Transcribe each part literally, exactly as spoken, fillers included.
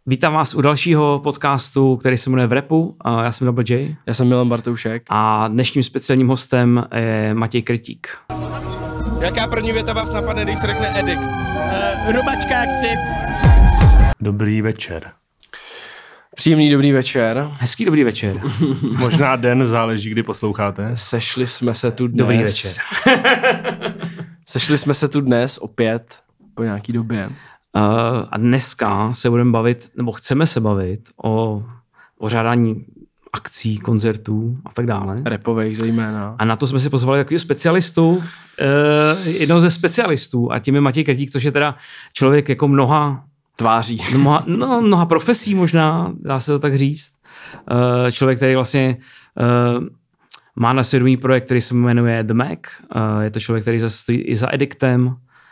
Vítám vás u dalšího podcastu, který se jmenuje V Rapu. Já jsem Double J. Já jsem Milan Bartoušek. A dnešním speciálním hostem je Matěj Krytík. Jaká první věta vás napadne, když se řekne edikt? Uh, rubačka akci. Dobrý večer. Příjemný dobrý večer. Hezký dobrý večer. Možná den, záleží, kdy posloucháte. Sešli jsme se tu dnes. Dobrý večer. Sešli jsme se tu dnes opět po nějaký době. Uh, a dneska se budeme bavit, nebo chceme se bavit o pořádání akcí, koncertů a tak dále. Rapových zejména. A na to jsme si pozvali takového specialistu, uh, jednoho ze specialistů, a tím je Matěj Krytík, což je teda člověk jako mnoha Tváří. Mnoha, no, mnoha profesí možná, dá se to tak říct. Uh, člověk, který vlastně uh, má na svědomí projekt, který se jmenuje The Mac. Uh, je to člověk, který stojí i za Ediktem.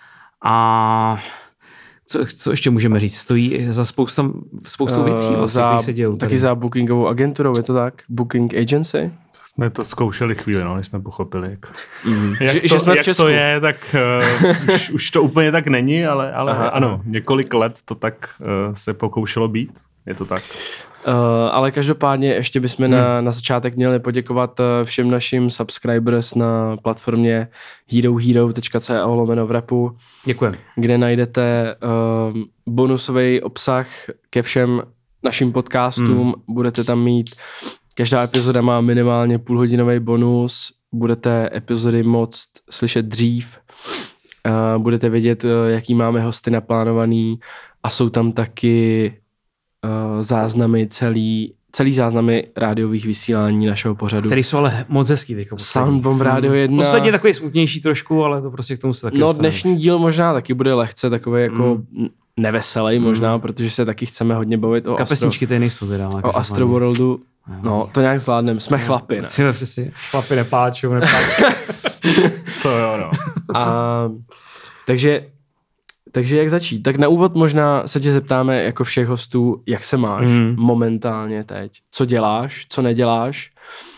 A co, co ještě můžeme říct? Stojí za spousta, spoustou věcí, vlastně, za, které se dějou. Taky za bookingovou agenturou, je to tak? Booking agency? Jsme to zkoušeli chvíli, no, než jsme pochopili. Jak, mm. jak, že, to, že jsme jak to je, tak uh, už, už to úplně tak není, ale, ale aha, ano, aha. několik let to tak uh, se pokoušelo být. Je to tak. Uh, ale každopádně ještě bychom hmm. na, na začátek měli poděkovat všem našim subscribers na platformě herohero tečka co lomeno v rapu. Děkujeme. Kde najdete uh, bonusový obsah ke všem našim podcastům. Hmm. Budete tam mít, každá epizoda má minimálně půlhodinový bonus, budete epizody moct slyšet dřív, uh, budete vědět, uh, jaký máme hosty naplánovaný, a jsou tam taky uh, záznamy, celý, celý záznamy rádiových vysílání našeho pořadu. Který jsou ale moc hezký. Soundbomb Radio jedna. Posledně takový smutnější trošku, ale to prostě k tomu se taky No dostaneme. Dnešní díl možná taky bude lehce takový jako mm. neveselý možná, mm. protože se taky chceme hodně bavit o kapesničky Astro... tady nejsou teda. O Astroworldu. No, to nějak zvládneme. Jsme no, chlapi, ne? Jsme přesně. Chlapi nepáčou, nepáčou. To jo, no. A, takže, takže jak začít? Tak na úvod možná se tě zeptáme jako všech hostů, jak se máš mm. momentálně teď? Co děláš, co neděláš?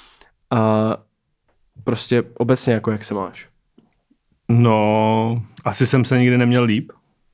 A prostě obecně jako jak se máš? No, asi jsem se nikdy neměl líp,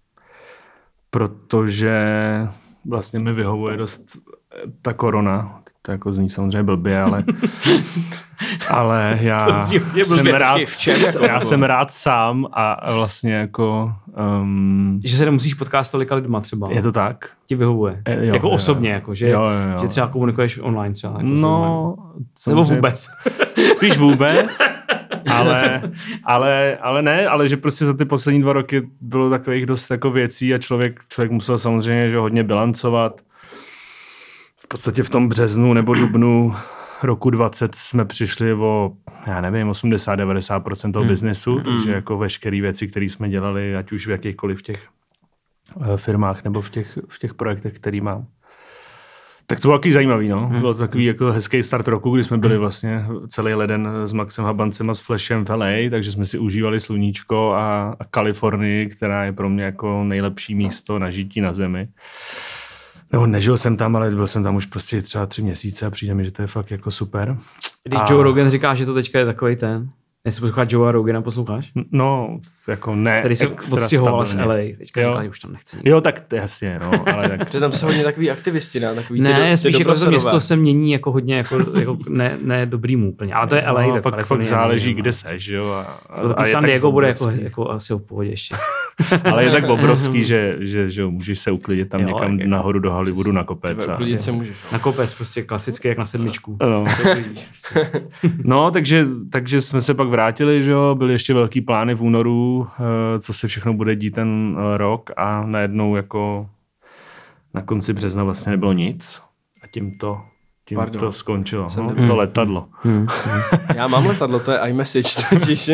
protože vlastně mi vyhovuje dost ta korona. To jako zní samozřejmě blbě, ale, ale já, jsem rád, já jsem rád sám a vlastně jako... Um, že se nemusíš potkat s tolika lidma třeba. Je to tak? Ti vyhovuje. E, jo, jako jo, osobně, jako, že, jo, jo, jo. že třeba komunikuješ online třeba. Jako no, nebo vůbec. Spíš vůbec, ale, ale, ale ne, ale že prostě za ty poslední dva roky bylo takových dost jako věcí a člověk, člověk musel samozřejmě že hodně bilancovat. V podstatě v tom březnu nebo dubnu roku dvacet jsme přišli o, já nevím, osmdesát až devadesát procent toho hmm. biznesu, hmm. takže jako veškeré věci, které jsme dělali, ať už v jakýchkoliv těch uh, firmách nebo v těch, v těch projektech, který mám. Tak to bylo takový zajímavý, no. Hmm. Bylo to takový jako hezký start roku, kdy jsme byli vlastně celý leden s Maxem Habancem a s Flashem v L A, takže jsme si užívali sluníčko a, a Kalifornii, která je pro mě jako nejlepší místo na žití na zemi. No, nežil jsem tam, ale byl jsem tam už prostě třeba tři měsíce a přijde mi, že to je fakt jako super. Když a... Joe Rogan říká, že to teďka je takovej ten, jestli posloucháš Joea Rogana, posloucháš? No, jako ne tady se odstěhoval z L A, teďka jo. říká, že už tam nechce. Jo, tak to jasně, no, ale tak... Protože tam jsou hodně takový aktivisti, ne? Takový ne, ty do, ty spíš jako to město se mění jako hodně, jako, jako ne, ne dobrýmu úplně, ale to je L A. No, tak pak fakt záleží, nevím, kde seš, jo. A, a, a San Diego bude jako, jako asi v pohodě ještě. Ale je tak obrovský, že, že, že můžeš se uklidit tam jo, někam jak, nahoru do Hollywoodu na kopec. A uklidit se můžeš. Na kopec, prostě klasicky, jak na sedmičku. No, no takže, takže jsme se pak vrátili, že jo, byly ještě velký plány v únoru, co se všechno bude dít ten rok a najednou jako na konci března vlastně nebylo nic a tím to, tím to skončilo, no, hmm. to letadlo. Hmm. Já mám letadlo, to je iMessage totiž.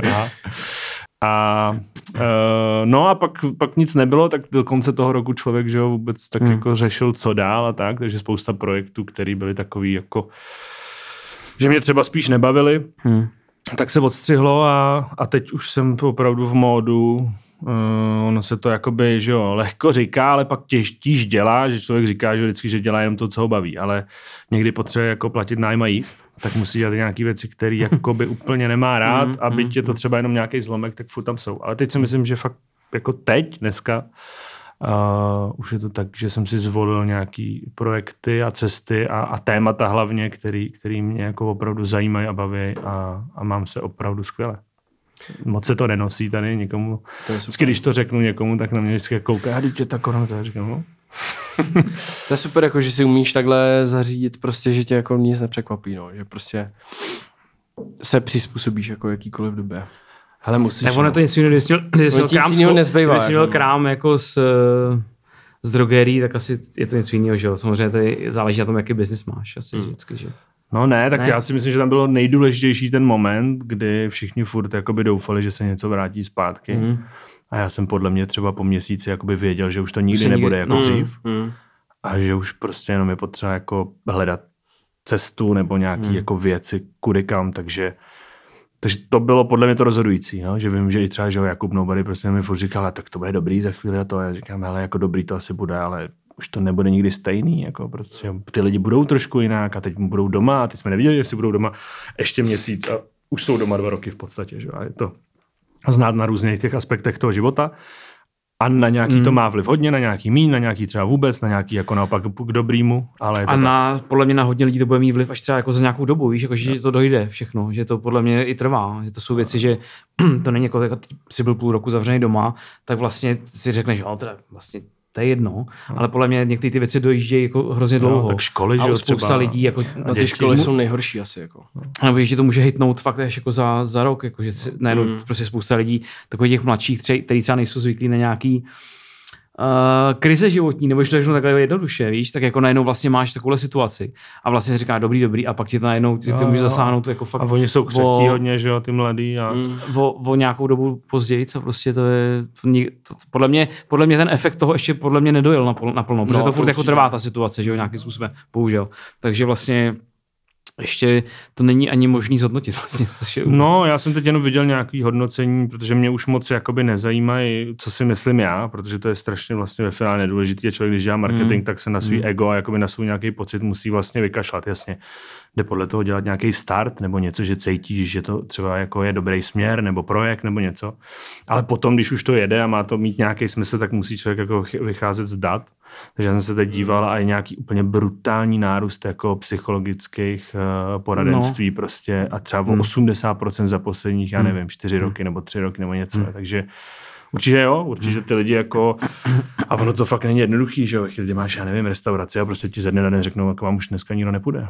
A uh, no a pak, pak nic nebylo, tak do konce toho roku člověk, že jo, vůbec tak hmm. jako řešil, co dál a tak, takže spousta projektů, které byly takový jako, že mě třeba spíš nebavily, hmm. tak se odstřihlo a, a teď už jsem opravdu v módu, uh, ono se to jakoby, že jo, lehko říká, ale pak těž, tíž dělá, že člověk říká, že vždycky, že dělá jenom to, co ho baví, ale někdy potřebuje jako platit nájm a jíst, tak musí dělat nějaké věci, které jakoby úplně nemá rád a byť je to třeba jenom nějaký zlomek, tak furt tam jsou. Ale teď si myslím, že fakt jako teď, dneska, Uh, už je to tak, že jsem si zvolil nějaký projekty a cesty a, a témata hlavně, který, který mě jako opravdu zajímají a baví a, a mám se opravdu skvěle. Moc se to nenosí tady nikomu. Vždycky, když to řeknu někomu, tak na mě vždycky kouká, a teď ta korona, to říkám, no. To je super, jako, že si umíš takhle zařídit, prostě, že tě jako nic nepřekvapí, no. Že prostě se přizpůsobíš jako jakýkoliv době. Ale musíš. Tak ono to něco jiného, když jsi měl krám, nezbývá, když jsi měl krám jako s, s drogerií, tak asi je to něco jiného, že jo. Samozřejmě to je, záleží na tom, jaký biznis máš, asi hmm. vždycky, že. No ne, tak ne? já si myslím, že tam bylo nejdůležitější ten moment, kdy všichni furt jakoby doufali, že se něco vrátí zpátky. Hmm. A já jsem podle mě třeba po měsíci jakoby věděl, že už to nikdy nebude jako no. dřív. Hmm. A že už prostě jenom je potřeba jako hledat cestu nebo nějaký hmm. jako věci kudy kam, takže takže to bylo podle mě to rozhodující, no? Že vím, že i třeba že Jakub Nobody prostě mi furt říkal, tak to bude dobrý za chvíli a to. A já říkám, hele, jako dobrý to asi bude, ale už to nebude nikdy stejný, jako, protože ty lidi budou trošku jinak a teď budou doma a teď jsme neviděli, jestli budou doma ještě měsíc a už jsou doma dva roky v podstatě, že? A je to znát na různých těch aspektech toho života. A na nějaký mm. to má vliv hodně, na nějaký míň, na nějaký třeba vůbec, na nějaký jako naopak k dobrýmu, ale je to a na, tak. podle mě na hodně lidí to bude mít vliv až třeba jako za nějakou dobu, víš, jako, že no. to dojde všechno, že to podle mě i trvá, že to jsou věci, že to není jako, jako jsi byl půl roku zavřený doma, tak vlastně si řekneš, že teda vlastně to je jedno, no. ale podle mě některé ty věci dojíždějí jako hrozně dlouho. No, tak školy, že a spousta třeba, lidí jako no, ty školy jsou nejhorší asi jako. A nebo že to může hitnout fakt až jako za, za rok, jako že najednou mm. prostě spousta lidí, takových těch mladších, kteří třeba nejsou zvyklí na nějaký Uh, krize životní, nebo když to řeknu takhle jednoduše, víš, tak jako najednou vlastně máš takovou situaci a vlastně si říká dobrý, dobrý a pak ti to najednou, ty, ty můžeš zasáhnout jako fakt. A oni jsou křehký o, hodně, že jo, ty mladý a... Mm, o, o nějakou dobu později, co prostě to je, to, to, podle mě, podle mě ten efekt toho ještě podle mě nedojel naplno, naplno protože no, to furt to jako trvá ta situace, že jo, nějakým způsobem, bohužel. Takže vlastně ještě to není ani možný zhodnotit vlastně. No, já jsem teď jenom viděl nějaký hodnocení, protože mě už moc jakoby nezajímají, co si myslím já, protože to je strašně vlastně ve finále nedůležitý. Člověk, když dělá marketing, mm. tak se na svý mm. ego a jakoby na svůj nějaký pocit musí vlastně vykašlat, jasně. Jde podle toho dělat nějaký start nebo něco, že cítíš, že to třeba jako je dobrý směr nebo projekt nebo něco. Ale potom, když už to jede a má to mít nějaký smysl, tak musí člověk jako vycházet z dat. Takže já jsem se teď díval a i nějaký úplně brutální nárůst jako psychologických uh, poradenství no. prostě a třeba o hmm. osmdesát procent za posledních, já nevím, čtyři hmm. roky nebo tři roky nebo něco. Hmm. Takže určitě jo, určitě ty lidi jako a ono to fakt není jednoduchý, že jo, když máš, já nevím, restauraci a prostě ti ze dne na den řeknou, jako vám už dneska nikdo nepůjde.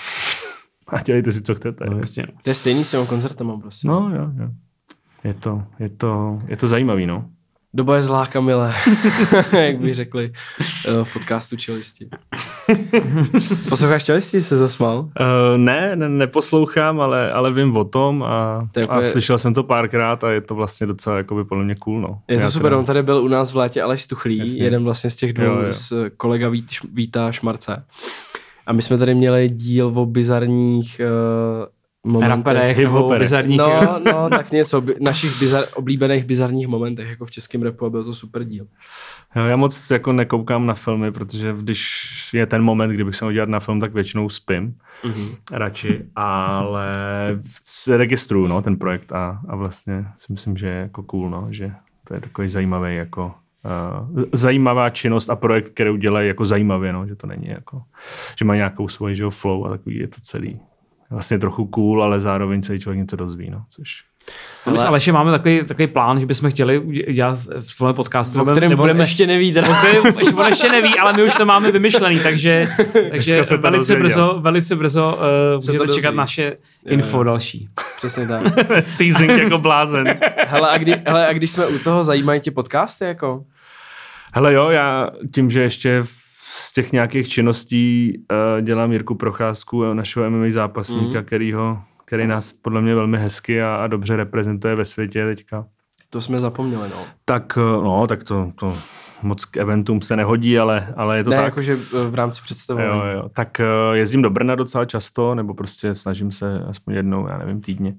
A dělejte si, co chcete. No, jasně. To je stejný s těmi koncertem, prostě. No, jo, jo. Je to, je to, je to zajímavý, no. Doba je zlá, Kamile, jak by řekli v podcastu Čelisti. Posloucháš Čelisti, se zasmál? Uh, ne, ne, neposlouchám, ale, ale vím o tom a, je a slyšel jsem to párkrát a je to vlastně docela jakoby podle mě cool. No. Je to Já super, teda... on tady byl u nás v létě Aleš Stuchlý, Jasně. jeden vlastně z těch dvou, jo, jo. z kolega Vít, Víta Šmarce. A my jsme tady měli díl o bizarních uh, momentech. Raperech, bizarních. No, no, tak něco, našich bizar, oblíbených bizarních momentech, jako v českém rapu a byl to super díl. Jo, já moc jako nekoukám na filmy, protože když je ten moment, kdybych se měl dělat na film, tak většinou spím. Mm-hmm. Radši, ale registruju no, ten projekt a, a vlastně si myslím, že je jako cool, no, že to je takový zajímavý jako Uh, zajímavá činnost a projekt, který udělají jako zajímavě, no, že to není jako, že má nějakou svoji, že jo, flow a takový je to celý vlastně trochu cool, ale zároveň celý člověk něco dozví, no, což... Ale... My s Alešem máme takový, takový plán, že bychom chtěli udělat v tomhle podcastu, o kterém nebudeme... ještě neví, teda. On ještě neví, ale my už to máme vymyšlený, takže, takže velice brzo, velice brzo uh, můžete čekat naše info jo, jo. další. Přesně tak. Teasing jako blázen. Hele a, kdy, hele, a když jsme u toho, zajímají tě podcasty, jako? Hele jo, já tím, že ještě z těch nějakých činností uh, dělám Jirku Procházku, našeho M M A zápasníka, mm. kterýho, který nás podle mě velmi hezky a, a dobře reprezentuje ve světě teďka. To jsme zapomněli, no. Tak, no, tak to, to moc k eventům se nehodí, ale, ale je to ne, tak. jakože v rámci představování. Jo, jo. Tak uh, jezdím do Brna docela často, nebo prostě snažím se aspoň jednou, já nevím, týdně.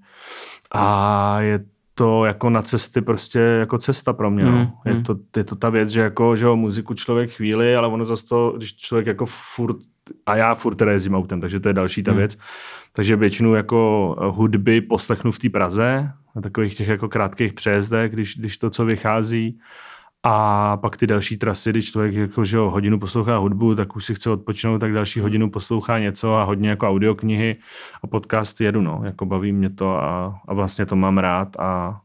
A je to jako na cesty prostě jako cesta pro mě. Mm, no. je, mm. to, je to ta věc, že jako, že jo, muziku člověk chvíli, ale ono zase to, když člověk jako furt, a já furt teda jezdím autem, takže to je další ta mm. věc. Takže většinu jako hudby poslechnu v té Praze, na takových těch jako krátkých přejezdech, když, když to, co vychází. A pak ty další trasy, když člověk jako, že jo, hodinu poslouchá hudbu, tak už si chce odpočinout, tak další hodinu poslouchá něco a hodně jako audioknihy a podcasty jedu, no, jako baví mě to a, a vlastně to mám rád a,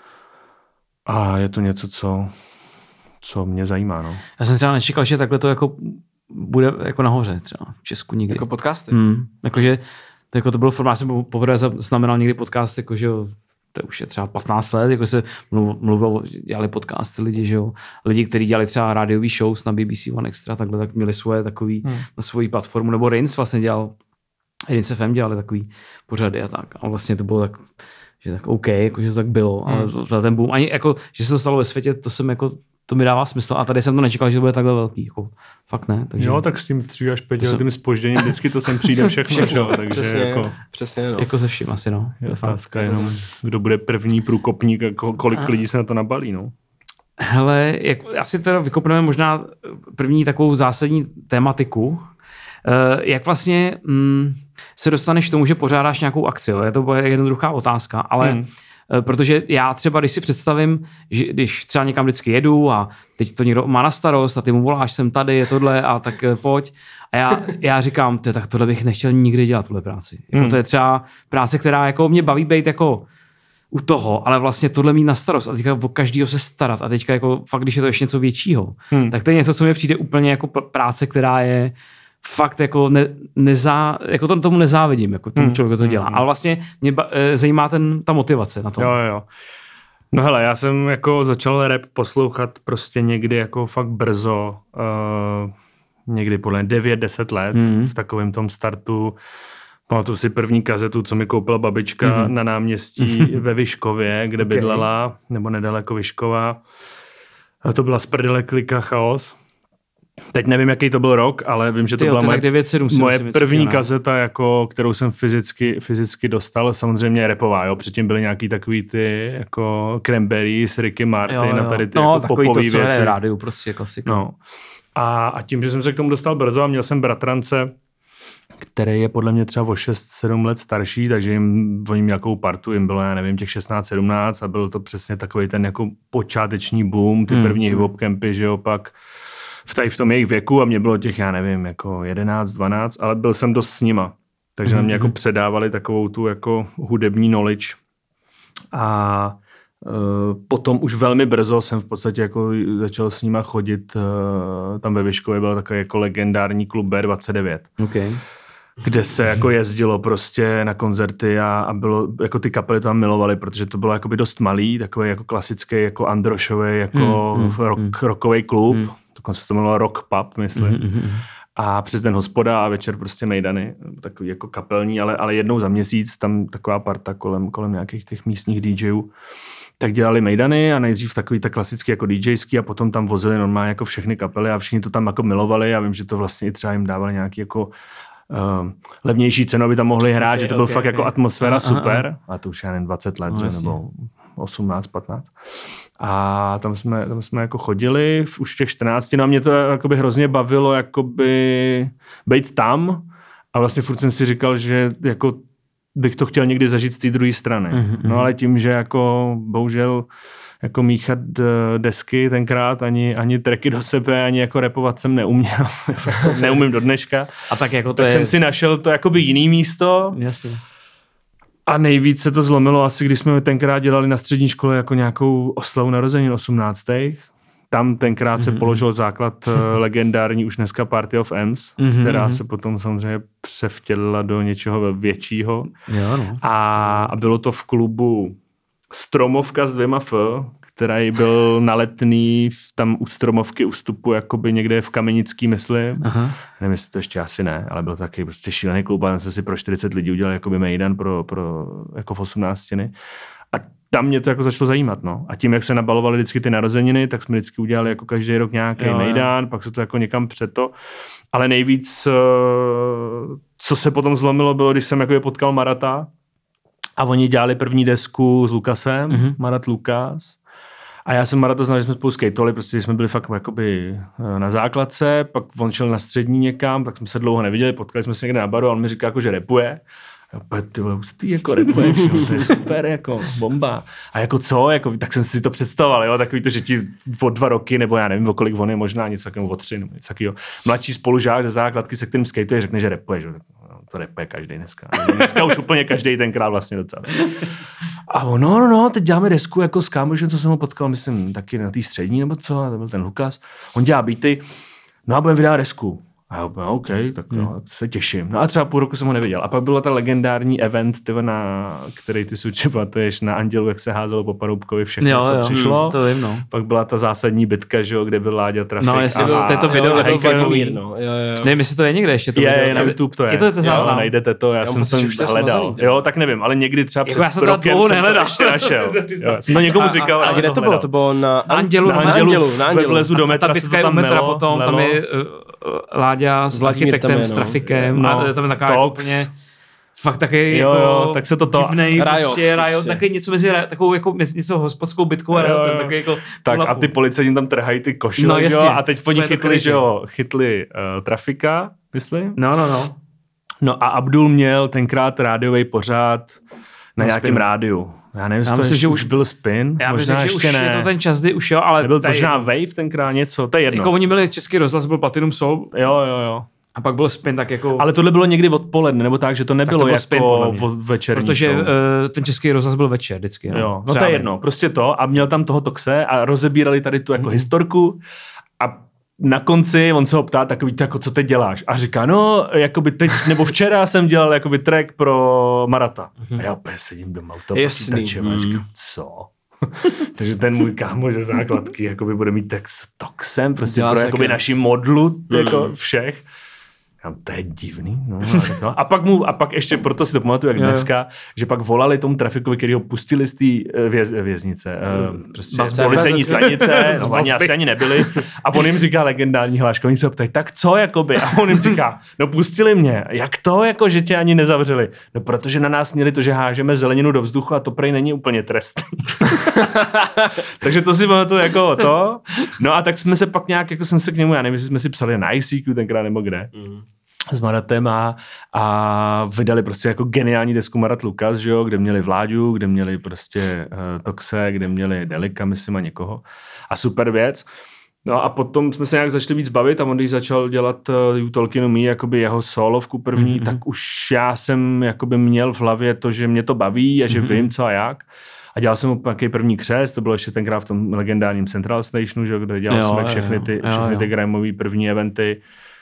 a je to něco, co, co mě zajímá, no. Já jsem třeba nečekal, že takhle to jako bude jako nahoře třeba v Česku nikdy. Jako podcasty? Hmm, jakože to, jako to byl formát, jsem poprvé znamenal někdy podcast, jakože to už je třeba patnáct let, jako se mluvilo, dělali podcasty lidi, že jo. Lidi, kteří dělali třeba rádiový shows na B B C One Extra, takhle tak měli svoje takový hmm. na svoji platformu, nebo Rince vlastně dělal, Rince F M dělali takový pořady a tak. A vlastně to bylo tak, že tak OK, jako, že to tak bylo, hmm. ale za ten boom, ani jako, že se to stalo ve světě, to jsem jako, to mi dává smysl a tady jsem to nečekal, že to bude takhle velký, jako fakt ne. Takže... Jo, tak s tím tři až pět letým zpožděním vždycky to sem přijde všechno, všechno takže přesně, jako... Přesně, no. Jako se vším asi, no. Je otázka jenom, kdo bude první průkopník a kolik a... lidí se na to nabalí, no. Hele, jak, asi teda vykopneme možná první takovou zásadní tématiku. Uh, jak vlastně mm, se dostaneš k tomu, že pořádáš nějakou akci? Jo? Je to jednoduchá otázka, ale hmm. uh, protože já třeba, když si představím, že když třeba někam vždycky jedu a teď to někdo má na starost a ty mu voláš, jsem tady, je tohle a tak uh, pojď. A já, já říkám, tak tohle bych nechtěl nikdy dělat, tuhle práci. Jako hmm. To je třeba práce, která jako mě baví být jako u toho, ale vlastně tohle mít na starost a teďka o každýho se starat a teďka jako fakt, když je to ještě něco většího, hmm. tak to je něco, co mi přijde úplně jako práce, která je fakt jako, ne, nezá, jako tomu, tomu nezávidím, jako tomu člověku to dělá. Hmm. Ale vlastně mě ba, e, zajímá ten, ta motivace na to. Jo, jo. No hele, já jsem jako začal rap poslouchat prostě někdy jako fakt brzo, uh, někdy podle devět deset let hmm. v takovém tom startu. Pamatuju si první kazetu, co mi koupila babička mm-hmm. na náměstí ve Vyškově, kde okay. bydlela, nebo nedaleko Vyškova. A to byla z prdele Klika Chaos. Teď nevím, jaký to byl rok, ale vím, že to Ty, byla to moje, devět sedm moje první ne? kazeta, jako, kterou jsem fyzicky, fyzicky dostal, samozřejmě rapová. Jo? Předtím byly nějaký takový ty jako Cranberries, Ricky Martin jo, jo. a tady ty no, jako popový to, věci. No, rádiu, prostě klasika. No. A, a tím, že jsem se k tomu dostal brzo a měl jsem bratrance, který je podle mě třeba o šest sedm let starší, takže jim oni nějakou partu, jim bylo, já nevím, těch šestnáct sedmnáct a byl to přesně takový ten jako počáteční boom, ty první hmm. hip-hop campy, že jo, pak v, tady v tom jejich věku a mě bylo těch, já nevím, jako jedenáct dvanáct, ale byl jsem dost s nima, takže hmm. na mě jako předávali takovou tu jako hudební knowledge a uh, potom už velmi brzo jsem v podstatě jako začal s nima chodit, uh, tam ve Vyškově byl takový jako legendární klub B dvacet devět. Okay. Kde se jako jezdilo prostě na koncerty a, a bylo, jako ty kapely tam milovali, protože to bylo jakoby dost malý, takový jako klasický, jako androšový, jako hmm, rock, hmm. rockový klub, hmm. dokonce se to jmenovalo Rock Pub, myslím. Hmm, hmm. A přes den hospoda a večer prostě mejdany, takový jako kapelní, ale, ale jednou za měsíc tam taková parta kolem, kolem nějakých těch místních DJů. Tak dělali mejdany a nejdřív takový tak klasický jako DJský a potom tam vozili normálně jako všechny kapely a všichni to tam jako milovali a vím, že to vlastně i třeba jim dávali nějaký jako Uh, levnější cenu, aby tam mohli hrát, okay, že to byl okay, fakt okay. jako atmosféra aha, super. Aha. A to už já nevím, dvacet let, no, že, nebo osmnáct patnáct. A tam jsme, tam jsme jako chodili v, už v těch čtrnácti, no a mě to jakoby hrozně bavilo jakoby být tam a vlastně furt jsem si říkal, že jako bych to chtěl někdy zažít z té druhé strany. Mm-hmm. No ale tím, že jako bohužel jako míchat desky tenkrát, ani, ani tracky do sebe, ani jako rapovat jsem neuměl. Neumím do dneška. A tak jako to tak je... jsem si našel to jakoby jiný místo. Jasně. A nejvíc se to zlomilo asi, když jsme tenkrát dělali na střední škole jako nějakou oslavu narozenin osmnáctých. Tam tenkrát mm-hmm. se položil základ legendární už dneska Party of Ems, mm-hmm. která se potom samozřejmě převtělila do něčeho většího. Jo, no. A, a bylo to v klubu Stromovka s dvěma F, který byl na Letný tam u Stromovky u vstupu jakoby někde v Kamenický, myslím. Aha. Nevím, jestli to ještě asi ne, ale byl taky prostě šílený klub a jsme si pro čtyřicet lidí udělali jakoby mejdan pro, pro jako v osmnáctiny. A tam mě to jako začalo zajímat, no. A tím, jak se nabalovaly vždycky ty narozeniny, tak jsme vždycky udělali jako každý rok nějaký jo, mejdan, jo. Pak se to jako někam přeto. Ale nejvíc, co se potom zlomilo, bylo, když jsem jako je potkal Marata, a oni dělali první desku s Lukasem, mm-hmm. Marat Lukas. A já jsem Marata znal, že jsme spolu skateovali, protože jsme byli fakt jakoby na základce, pak on šel na střední někam, tak jsme se dlouho neviděli, potkali jsme se někde na baru a on mi říká, jako, že rapuje. A ty vole, hustý, jako rapuješ, no, to je super, jako bomba. A jako co, jako, tak jsem si to představoval, jo, takový to, že ti o dva roky, nebo já nevím, o kolik on je, možná něco takového, o tři, nebo něco takového. Mladší spolužák ze základky, se kterým skateuje, řekne, že rapuješ, jo. To rapuje každý dneska. Dneska už úplně každý tenkrát vlastně docela. A on, no, no, no, teď děláme desku jako s kámošem, co jsem ho potkal, myslím, taky na té střední, nebo co, a to byl ten Lukas. On dělá beaty, no a budeme vydávat desku. A já no, OK, tak jo, se těším. No a třeba půl roku jsem ho neviděl. A pak byla ta legendární event, tyvo, na který ty si určitě pamatuješ, na Andělu, jak se házelo po Paroubkovi všechno, jo, co jo, přišlo. To vím, no. Pak byla ta zásadní bitka, že jo, kde byl Láďa Trafik. No, jestli a, byl, to video jo, nebyl Vladimír, no. Jo, jo. Nevím, jestli to je někde ještě. To je, video. je, na YouTube to je. Je to ten záznam. Jo, najdete to, já, Já jsem pocit, to že hledal. smazaný, Jo, tak nevím, ale někdy třeba Jako před já jsem to rokem dlouho jsem nehledal. to ještě našel. Jo, jsem to někomu říkal, A ale kde jsem to bylo? hledal. To bylo na Andělu, Na na Andělu, Andělu, na ve Andělu. vlezu do A ta metra se bitka to je u tam metra melo, potom, tam melo. je uh, Láďa s Vladimír tam architektem, je, s no. trafikem No, a tam je taková Tox. jako úplně fakt taky Jo, jako jo, tak se to to- divnej, Riot, prostě Riot, prostě. taky něco mezi takovou jako mezi něco hospodskou bitkou a Jo, Riotem, jo. taky jako Tak lapu. a ty policajti tam trhají ty košile, No, no, jasně. jo, a teď oni To je to chytli, crazy. že jo, chytli uh, Trafika, myslím. No, no, no. No a Abdul měl tenkrát rádiový pořád na, Na nějakém Spinu. rádiu. Já nevím, Já jestli to myslím, ještě že už byl Spin, Já bych možná řekl, že ještě už ne. je to ten čas, kdy už jo, ale Nebyl tady- možná Wave tenkrát něco, to je jedno. jako oni byli Český rozhlas, byl Platinum Soul Jo, jo, jo. a pak byl Spin, tak jako Ale tohle bylo někdy odpoledne, nebo tak, že to nebylo to byl jako Spin, podle mě. vo- večerní protože show. uh, ten Český rozhlas byl večer vždycky. No, Jo, no Co to já je vím. jedno, prostě to a měl tam toho Toxe a rozebírali tady tu jako Mhm. historku a na konci on se ho ptá takový, jako co teď děláš? A říká, no, jakoby teď, nebo včera jsem dělal jakoby track pro Marata. A já opět sedím doma u toho Jasný. počítačem a říkám, co? Takže ten můj kámoš ze základky jakoby bude mít tak s Toxem, prostě Dělá pro se jakoby taky. naši modlu, jako všech. Říkám, to je divný. No, no. A pak mu, a pak ještě, proto si to pamatuju, jak Jo, jo. dneska, že pak volali tomu Trafikovi, který ho pustili z té eh, věz, věznice, eh, prostě z Vazby. policejní stanice, Z no, vazby. oni asi ani nebyli. A on jim říká legendární hláška, oni se ho ptají, tak co, jakoby? A on jim říká, no pustili mě, jak to, jako, že tě ani nezavřeli? No protože na nás měli to, že hážeme zeleninu do vzduchu a to prej není úplně trestný. Takže to si pamatuju jako to. No a tak jsme se pak nějak, jako jsem se k němu, já nevím, jestli jsme si psali na I C Q tenkrát nebo kde. Mm. S Maratem a, a vydali prostě jako geniální desku Marat Lukas, že jo, kde měli Vláďu, kde měli prostě uh, Toxe, kde měli Delika, myslím, a někoho. A super věc. No a potom jsme se nějak začali víc bavit a on, když začal dělat uh, You Talking to Me, jakoby jeho solovku první, mm-hmm. tak už já jsem jakoby měl v hlavě to, že mě to baví a že mm-hmm. vím co a jak. A dělal jsem mu nějaký první křest, to bylo ještě tenkrát v tom legendárním Central Stationu, že, kde dělal Jo, jsme jo, všechny ty, jo, všechny jo. ty grimeový první eventy.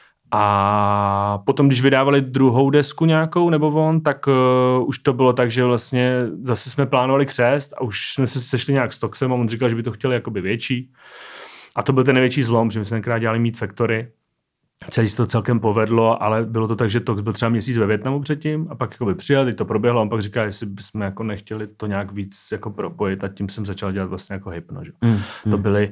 A potom, když vydávali druhou desku nějakou, nebo on, tak uh, už to bylo tak, že vlastně zase jsme plánovali křest a už jsme se sešli nějak s Toxem a on říkal, že by to chtěli jakoby větší. A to byl ten největší zlom, že my jsme tenkrát dělali Meat Factory. Celý se to celkem povedlo, ale bylo to tak, že Tox byl třeba měsíc ve Vietnamu předtím a pak jakoby přijel, teď to proběhlo a on pak říká, jestli bychom jako nechtěli to nějak víc jako propojit a tím jsem začal dělat vlastně jako Hypno. Že? Mm, mm. To byly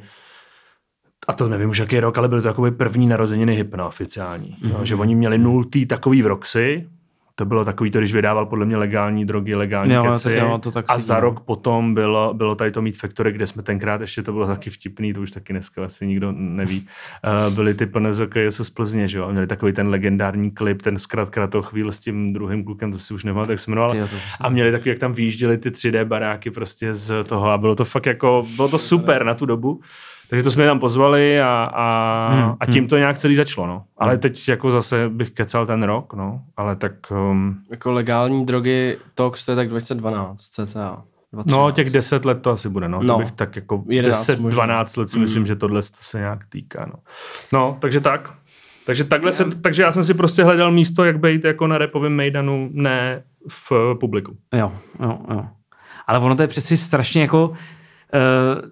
a to nevím už jaký rok, ale byly to jakoby první narozeniny Hypno oficiální. Mm-hmm. No, že oni měli nultý takový v Roxy, to bylo takový to, když vydával podle mě legální drogy, legální Jo, keci. to- jo, to tak a si za dělám. rok potom bylo, bylo tady to Meat Factory, kde jsme tenkrát, ještě to bylo taky vtipný, to už taky dneska asi nikdo neví. Uh, byly ty plné Z K S z Plzně, že jo, a měli takový ten legendární klip, ten zkrátka to chvíli s tím druhým klukem, to si už nemám, tak se jmenoval. Tyjo, to A měli takový, jak tam vyjížděli ty tři dé baráky prostě z toho a bylo to fakt jako, bylo to super na tu dobu. Takže to jsme je tam pozvali a, a, Hmm, a tím to nějak celý začalo, no. Ale teď jako zase bych kecal ten rok, no. Ale tak, um, Jako legální drogy Tox, to je tak dvacet dvanáct cca. dvacet třináct. no těch deset let to asi bude, no. No. To bych tak jako jedenáct deset možná. dvanáct let si myslím, že tohle to se nějak týká, no. No, takže tak. Takže takhle se, takže já jsem si prostě hledal místo, jak být jako na rapovém mejdanu, ne v publiku. Jo, jo, jo. Ale ono to je přeci strašně jako... Uh,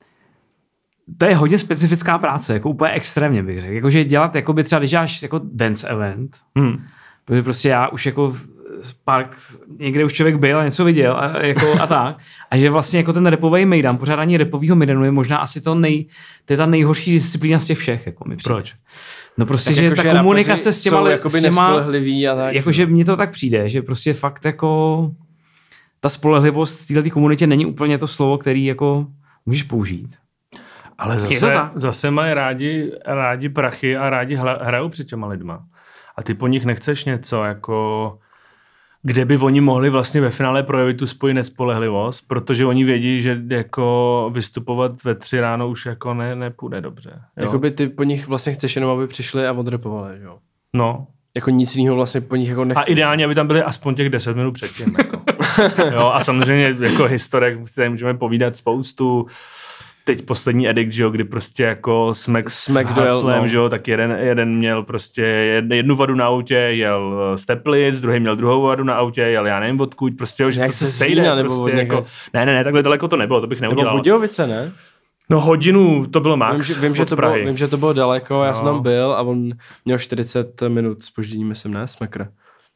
to je hodně specifická práce, jako úplně extrémně bych řekl. Jakože dělat, jakoby třeba, když děláš jako dance event, Hmm. protože prostě já už jako park, někde už člověk byl a něco viděl a, jako, a tak. A že vlastně jako ten repový mejdan, pořádání repového mejdanu je možná asi to nej, to je ta nejhorší disciplína z těch všech. Jako mi přijde. Proč? No prostě, Tak že jako, ta že komunikace s těma, jsou li- jakoby s těma nespolehliví a tak. jakože mně to tak přijde, že prostě fakt jako ta spolehlivost v této komunitě není úplně to slovo, který jako můžeš použít. Ale Je to zase, tak. zase mají rádi, rádi prachy a rádi hla, hrajou před těma lidma. A ty po nich nechceš něco jako... kde by oni mohli vlastně ve finále projevit tu svoji nespolehlivost, protože oni vědí, že jako vystupovat ve tři ráno už jako ne, nepůjde dobře. Jo? Jakoby ty po nich vlastně chceš jenom, aby přišli a odrepovali, jo? No. Jako nic jiného vlastně po nich jako nechceš. A ideálně, aby tam byli aspoň těch deset minut předtím. Jako. Jo, a samozřejmě jako historek si můžeme povídat spoustu. Teď poslední edikt, že jo, kdy prostě jako Smek s Haclem, no. Že jo, tak jeden, jeden měl prostě jednu vadu na autě, jel z Teplic, druhý měl druhou vadu na autě, jel já nevím odkud, prostě, jo, že to se sejde, nebo prostě jako, ne, ne, ne, takhle daleko to nebylo, to bych neudělal. Nebo Budějovice, ne? No hodinu, to bylo max. Vím, že, vím, že, to bylo, vím že to bylo daleko, já no. jsem tam byl a on měl čtyřicet minut zpoždění, myslím, ne, Smekr?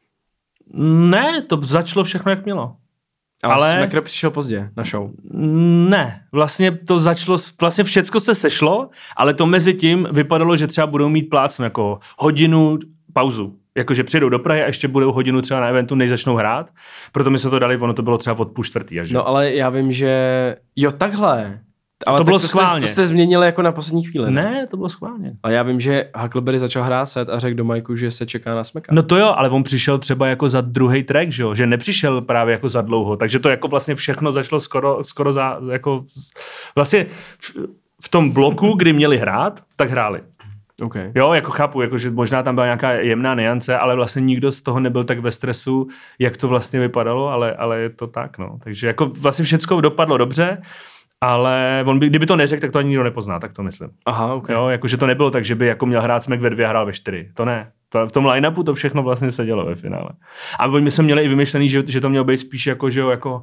Ne, to začalo všechno, jak mělo. Ale, ale Smekr přišel pozdě na show. Ne, vlastně to začalo, vlastně všecko se sešlo, ale to mezi tím vypadalo, že třeba budou mít plácnu jako hodinu pauzu. Jakože přijdou do Prahy a ještě budou hodinu třeba na eventu, než začnou hrát. Proto mi se to dali, ono to bylo třeba od půl čtvrtý. Až. No ale já vím, že jo takhle. Ale to bylo to schválně. Jste, to jste změnili jako na poslední chvíli. Ne, ne to bylo schválně. Ale já vím, že Huckleberry začal hrát set a řekl do Majku, že se čeká na Smeka. No to jo, ale on přišel třeba jako za druhý track, že jo? Že nepřišel právě jako za dlouho. Takže to jako vlastně všechno začalo skoro, skoro za, jako vlastně v, v tom bloku, kdy měli hrát, tak hráli. Okay. Jo, jako chápu, jako, že možná tam byla nějaká jemná nuance, ale vlastně nikdo z toho nebyl tak ve stresu, jak to vlastně vypadalo, ale, ale je to tak, no. Takže jako vlastně všecko dopadlo dobře, ale on by, kdyby to neřekl, tak to ani nikdo nepozná, tak to myslím. Aha, okay. Jo, jakože to nebylo tak, že by jako měl hrát Smek ve dvě a hrál ve čtyři. To ne. To, v tom line-upu to všechno vlastně se dělo ve finále. A my jsme měli i vymyšlený, že, že to mělo být spíš jako, že jo, jako,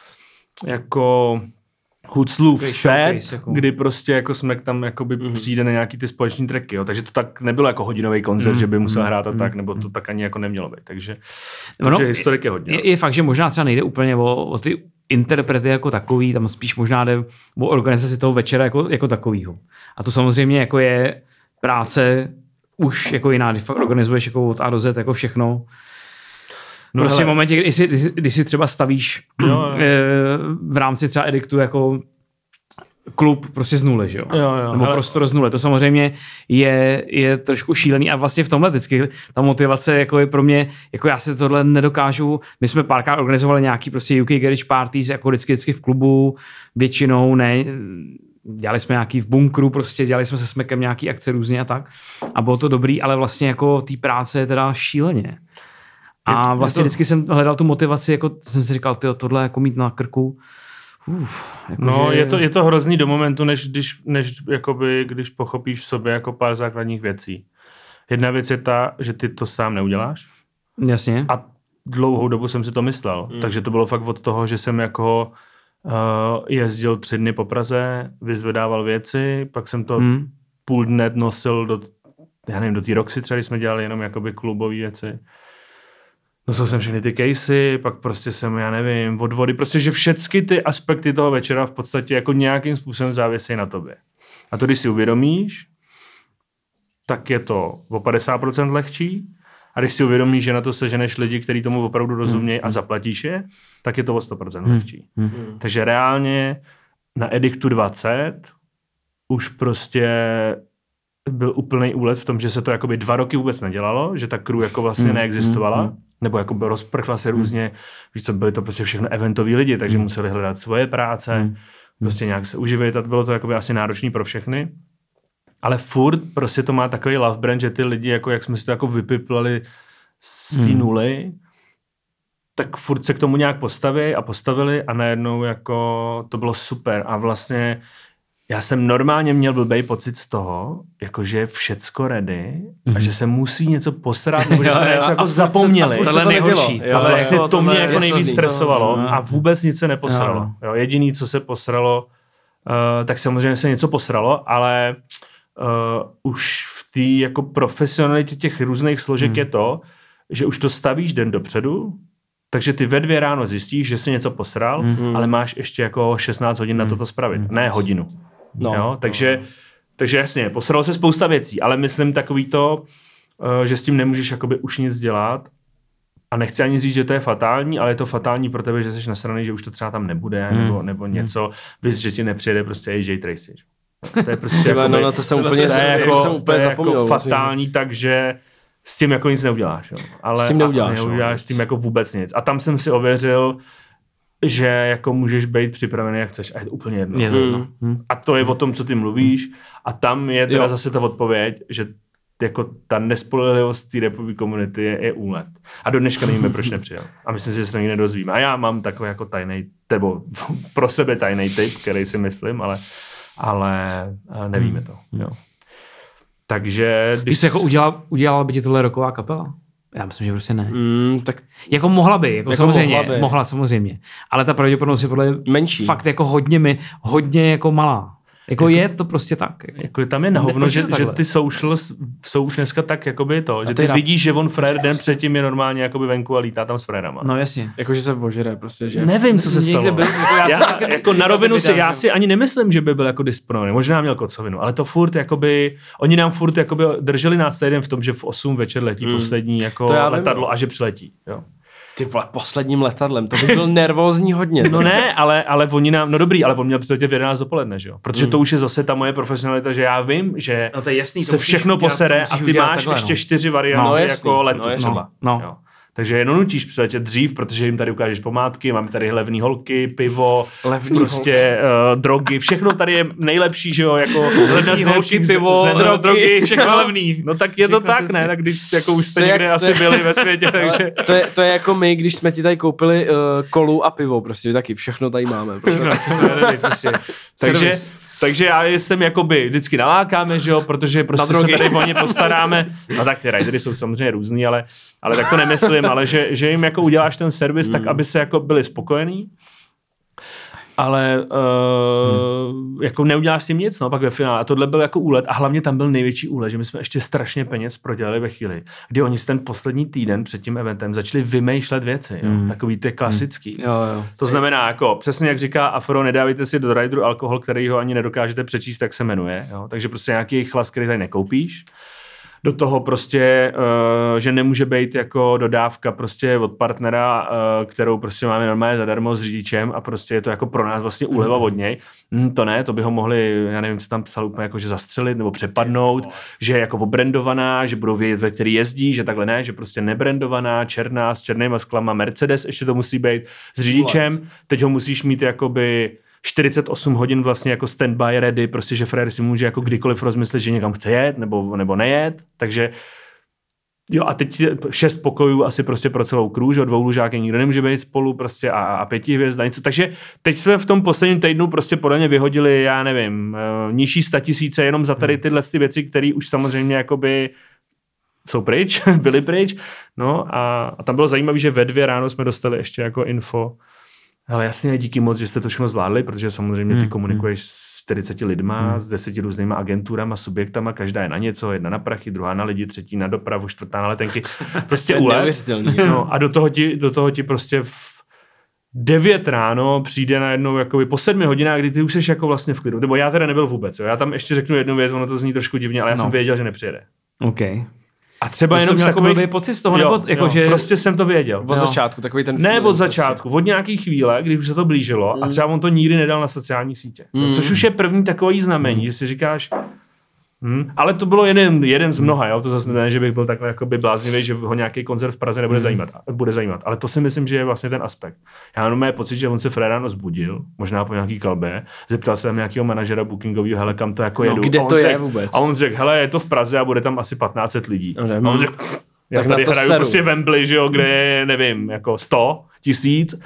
jako Huclův set, jako. Kdy prostě jako Smek tam jakoby mm. přijde na nějaký ty společní tracky, jo. Takže to tak nebylo jako hodinový koncert, mm. že by musel hrát a tak, nebo to tak ani jako nemělo být. Takže, no, takže historik je hodně. Je, je fakt, že možná třeba nejde úplně o, o ty interprety jako takový, tam spíš možná jde o organizaci toho večera jako, jako takovýho. A to samozřejmě jako je práce už jako jiná, když fakt organizuješ jako od A do Z jako všechno. No prostě hele. V momentě, kdy si, kdy si třeba stavíš no, v rámci třeba ediktu jako klub prostě z nuly, že jo? jo, jo Nebo hele. prostor z nuly. To samozřejmě je, je trošku šílený a vlastně v tomhle vždycky ta motivace jako je pro mě, jako já se tohle nedokážu. My jsme párkrát organizovali nějaký prostě U K Garage Parties jako vždycky, vždycky v klubu, většinou ne, dělali jsme nějaký v bunkru, prostě dělali jsme se Smekem nějaký akce různě a tak. A bylo to dobrý, ale vlastně jako té práce je teda šíleně. A vlastně to... vždycky jsem hledal tu motivaci, jako jsem si říkal, tyjo, tohle jako mít na krku. Uf, jako no, že... je, to, je to hrozný do momentu, než, když, než jakoby, když pochopíš v sobě jako pár základních věcí. Jedna věc je ta, že ty to sám neuděláš. Jasně. A dlouhou dobu jsem si to myslel. Mm. Takže to bylo fakt od toho, že jsem jako uh, jezdil tři dny po Praze, vyzvedával věci, pak jsem to mm. půl dne nosil do, já nevím, do té Roxy třeba, když jsme dělali jenom jakoby klubové věci. Nosil jsem všechny ty casey, pak prostě jsem, já nevím, od vody, prostě, že všechny ty aspekty toho večera v podstatě jako nějakým způsobem závisejí na tobě. A to, když si uvědomíš, tak je to o padesát procent lehčí, a když si uvědomíš, že na to seženeš lidi, kteří tomu opravdu rozumějí a zaplatíš je, tak je to o sto procent lehčí. Hmm. Hmm. Takže reálně na Ediktu dvacet už prostě byl úplný úlet v tom, že se to jakoby dva roky vůbec nedělalo, že ta crew jako vlastně hmm. neexistovala, hmm. nebo jako by rozprchla se různě, víš co, byly to prostě všechno eventoví lidi, takže hmm. museli hledat svoje práce, hmm. prostě nějak se uživit a bylo to jakoby asi náročný pro všechny. Ale furt prostě to má takový love brand, že ty lidi, jako jak jsme si to jako vypiplali z té hmm. nuly, tak furt se k tomu nějak postaví a postavili a najednou jako to bylo super a vlastně já jsem normálně měl blbej pocit z toho, jakože je všecko ready mm-hmm. a že se musí něco posrat, nebo že jsme něco jako zapomněli. Tohle nejhorší. A vlastně to, to mě jako nejvíc stresovalo a vůbec nic se neposralo. Jo, jediný, co se posralo, uh, tak samozřejmě se něco posralo, ale uh, už v té jako profesionalitě těch různých složek mm. je to, že už to stavíš den dopředu, takže ty ve dvě ráno zjistíš, že jsi něco posral, mm. ale máš ještě jako šestnáct hodin mm. na toto spravit, mm. ne hodinu. No, jo, takže, no. takže jasně, posralo se spousta věcí, ale myslím takový to, uh, že s tím nemůžeš jakoby už nic dělat a nechci ani říct, že to je fatální, ale je to fatální pro tebe, že jsi nasranej, že už to třeba tam nebude, mm. nebo, nebo něco, víš, že ti nepřijede prostě A J Tracy. To je prostě jakoby, no, no, to jsem úplně, to je jako, jsem úplně to je zapomněl, jako fatální, takže s tím jako nic neuděláš. Jo. Ale, s tím neuděláš. A, a neuděláš s tím jako vůbec nic. A tam jsem si ověřil, že jako můžeš být připravený, jak chceš. A je to úplně jedno. Je to jedno. Hmm. A to je o tom, co ty mluvíš. A tam je teda jo. zase ta odpověď, že jako ta nespolehlivost té republiky komunity je, je úlet. A do dneška nevíme, proč nepřijel. A myslím si, že se to nikdy nedozvíme. A já mám takový jako tajný, nebo pro sebe tajný tip, který si myslím, ale, ale nevíme to. Jo. Takže... Když Když se jako udělala, udělala by ti tohle rocková kapela? Já myslím, že prostě ne. Mm, tak Jako mohla by, jako, Jako samozřejmě, mohla by. mohla samozřejmě. Ale ta pravděpodobnost je podle menší. fakt jako hodně, mi, hodně jako malá. Jako, jako je to prostě tak. Jako, jako tam je na hovno, Proč že, je to že takhle? ty socials jsou už dneska tak jakoby to, že ty ty rap- vidíš, že on frajer den předtím je normálně jakoby venku a lítá tam s frérama. No jasně. Jakože se vožere prostě, že? Nevím, co se Někde stalo. byl, jako já já, jsem taky- jako na taky rovinu si, vydal, já že- si ani nemyslím, že by byl jako disponovaný. Možná měl kocovinu, ale to furt jakoby, oni nám furt jakoby drželi nás týden v tom, že v osm večer letí Hmm. poslední jako To já vím, letadlo no. a že přiletí. Jo. Ty vole, posledním letadlem, to by byl nervózní hodně. No ne, ale, ale oni nám, no dobrý, ale on měl přiletět v jedenáct dopoledne, že jo? Protože Hmm. to už je zase ta moje profesionalita, že já vím, že No to je jasný. to se musíš všechno udělat, posere to a musíš ty udělat máš takhle, ještě no. čtyři varianty No, jasný, jako letu no, jasný. třeba. No. Jo. Takže jenom nutíš přiletět dřív, protože jim tady ukážeš památky, máme tady levný holky, pivo, Levný prostě uh, drogy, všechno tady je nejlepší, že jo, jako jedna z holky, nejlepších pivo, z- z- drogy, drogy, všechno no, levný. No tak je to Všechno tak, přesně. ne? Tak když jako už jste To je někde jak- asi to je- byli ve světě, takže... To je, to je jako my, když jsme ti tady koupili uh, kolu a pivo, prostě taky všechno tady máme. Prostě. Prostě. takže, Servis. takže já jsem jakoby vždycky nalákáme, že jo, protože prostě se tady o ně postaráme. No tak ty ridery jsou samozřejmě různý, ale, ale tak to nemyslím, ale že, že jim jako uděláš ten servis, mm. tak aby se jako byli spokojení. Ale uh, hmm. jako neuděláš s tím nic, no, pak ve finále. A tohle byl jako úlet a hlavně tam byl největší úlet, že my jsme ještě strašně peněz prodělali ve chvíli, kdy oni si ten poslední týden před tím eventem začali vymýšlet věci, jo, Hmm. takový ty klasický. Jo, jo. To znamená, jako přesně jak říká Afro, nedávejte si do rideru alkohol, který ho ani nedokážete přečíst, tak se jmenuje. Jo? Takže prostě nějaký chlas, který tady nekoupíš. Do toho prostě, uh, že nemůže být jako dodávka prostě od partnera, uh, kterou prostě máme normálně zadarmo s řidičem a prostě je to jako pro nás vlastně úleva od něj. Hm, to ne, to by ho mohli, já nevím, co tam psal úplně jako, že zastřelit nebo přepadnout, že je jako obrandovaná, že budou vědět, ve který jezdí, že takhle ne, že prostě nebrandovaná, černá, s černýma sklama, Mercedes ještě to musí být s řidičem, teď ho musíš mít jakoby čtyřicet osm hodin vlastně jako standby ready, prostě, že frajer si může jako kdykoliv rozmyslet, že někam chce jet nebo, nebo nejet, takže jo a teď šest pokojů asi prostě pro celou krůž, dvou lužáky nikdo nemůže být spolu prostě a, a pěti hvězd a něco, takže teď jsme v tom posledním týdnu prostě podle mě vyhodili, já nevím, nižší statisíce jenom za tady tyhle ty věci, které už samozřejmě jakoby jsou pryč, byly pryč, no a, a tam bylo zajímavé, že ve dvě ráno jsme dostali ještě jako info. Ale jasně, díky moc, že jste to všechno zvládli, protože samozřejmě ty Hmm, komunikuješ s čtyřiceti lidma, hmm. s deseti různýma agenturama, subjektama, každá je na něco, jedna na prachy, druhá na lidi, třetí na dopravu, čtvrtá na letenky. Prostě To je úlet. neuvěřitelný. No, a do toho, ti, do toho ti prostě v devět ráno přijde najednou jakoby po sedmi hodinách, kdy ty už jsi jako vlastně v klidu. Nebo já teda nebyl vůbec. Jo. Já tam ještě řeknu jednu věc, ono to zní trošku divně, ale já No. jsem věděl, že nepřijede. OK. A třeba Jsi jenom to z měl jako takových... blbý pocit z toho, jo, nebo jako, jo, že... prostě jsem to věděl. Od Jo. začátku, takový ten Ne feeling od prostě. začátku, od nějaký chvíle, když už se to blížilo Mm. a třeba on to nikdy nedal na sociální sítě. Mm. Což už je první takový znamení, že si říkáš, hm, ale to bylo jeden, jeden z mnoha, jo? To zase ne, že bych byl takhle jakoby bláznivý, že ho nějaký koncert v Praze nebude zajímat, bude zajímat. Ale to si myslím, že je vlastně ten aspekt. Já mám mé pocit, že on se Fred ráno zbudil, možná po nějaký kalbě, zeptal se tam nějakého manažera bookingového, hele, kam to jako jedu. kde A on to je řek, vůbec? A on řekl, hele, je to v Praze a bude tam asi patnáct set lidí. Dobře, A on hm. řekl, já Tak tady na to hraju seru. prostě Wembley, že jo, kde je, nevím, jako sto tisíc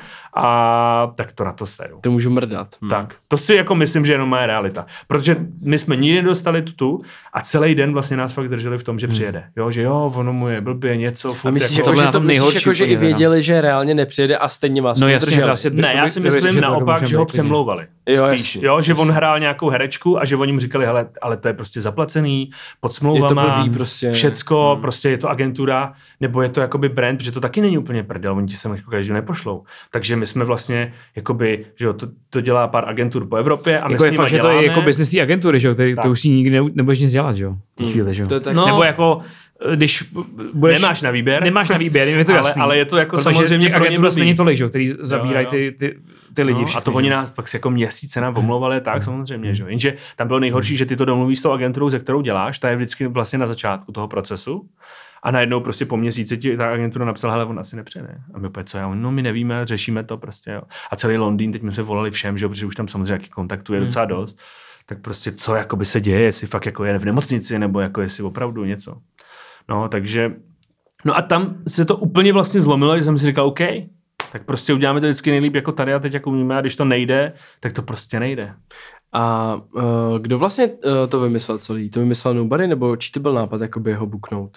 a tak to na to seru. To můžu mrdat. Hm. Tak, to si jako myslím, že jenom má realita. Protože my jsme nikdy nedostali tu tu a celý den vlastně nás fakt drželi v tom, že přijede. Jo, že jo, ono mu je blbě něco. A myslíš, jako, jako, to že, na to, tom myslíš nejhorší jako, že i úplně, teda. věděli, že reálně nepřijede a stejně vás No to jasně, drželi. to asi by- ne, to já bych- si to bych řekl, myslím že to naopak, může že ho být přemlouvali. Jo, Spíš, jasně. jo, že on hrál nějakou herečku a že oni mu říkali, hele, ale to je prostě zaplacený, pod smlouvama, Je to blbý prostě. všecko, Hmm. prostě je to agentura, nebo je to jakoby brand, protože to taky není úplně prdel, oni ti sem jako každý nepošlou. Takže my jsme vlastně, jakoby, že jo, to, to dělá pár agentur po Evropě a my Jako s je nimi fakt, že to děláme. je jako business té agentury, že jo, který Tak. to už si nikdy ne, nebudeš nic dělat, že jo, v té chvíli, že jo. To je tak- No. Nebo jako, když budeš... Nemáš na výběr. Nemáš na výběr, je to ale, jasný. ale je to jako Protože samozřejmě těch pro ně agentů blbý. není tolik, že jo, který zabírají jo. ty, ty, ty lidi. No, a všechny, to oni že jo. nás pak jako měsíce nám omlouvali, tak samozřejmě, že jo. Jenže tam bylo nejhorší, že ty to domluvíš s tou agenturou, se kterou děláš, ta je vždycky vlastně na začátku toho procesu. A najednou prostě po měsíci ti ta agentura napsala, hele, on asi nepřijede. A my opět, co já, no my nevíme, řešíme to prostě, jo. A celý Londýn, teď jsme se volali všem, že jo, protože už tam samozřejmě jaký kontaktů je hmm. docela dost. Tak prostě co jakoby se děje, jestli fakt jako je v nemocnici, nebo jako jestli opravdu něco. No, takže, no a tam se to úplně vlastně zlomilo, že jsem si říkal, OK, tak prostě uděláme to vždycky nejlíp jako tady a teď jako umíme, a když to nejde, tak to prostě nejde. A uh, kdo vlastně uh, to vymyslel celý? To vymyslel Nobody, nebo či to byl nápad jakoby ho booknout?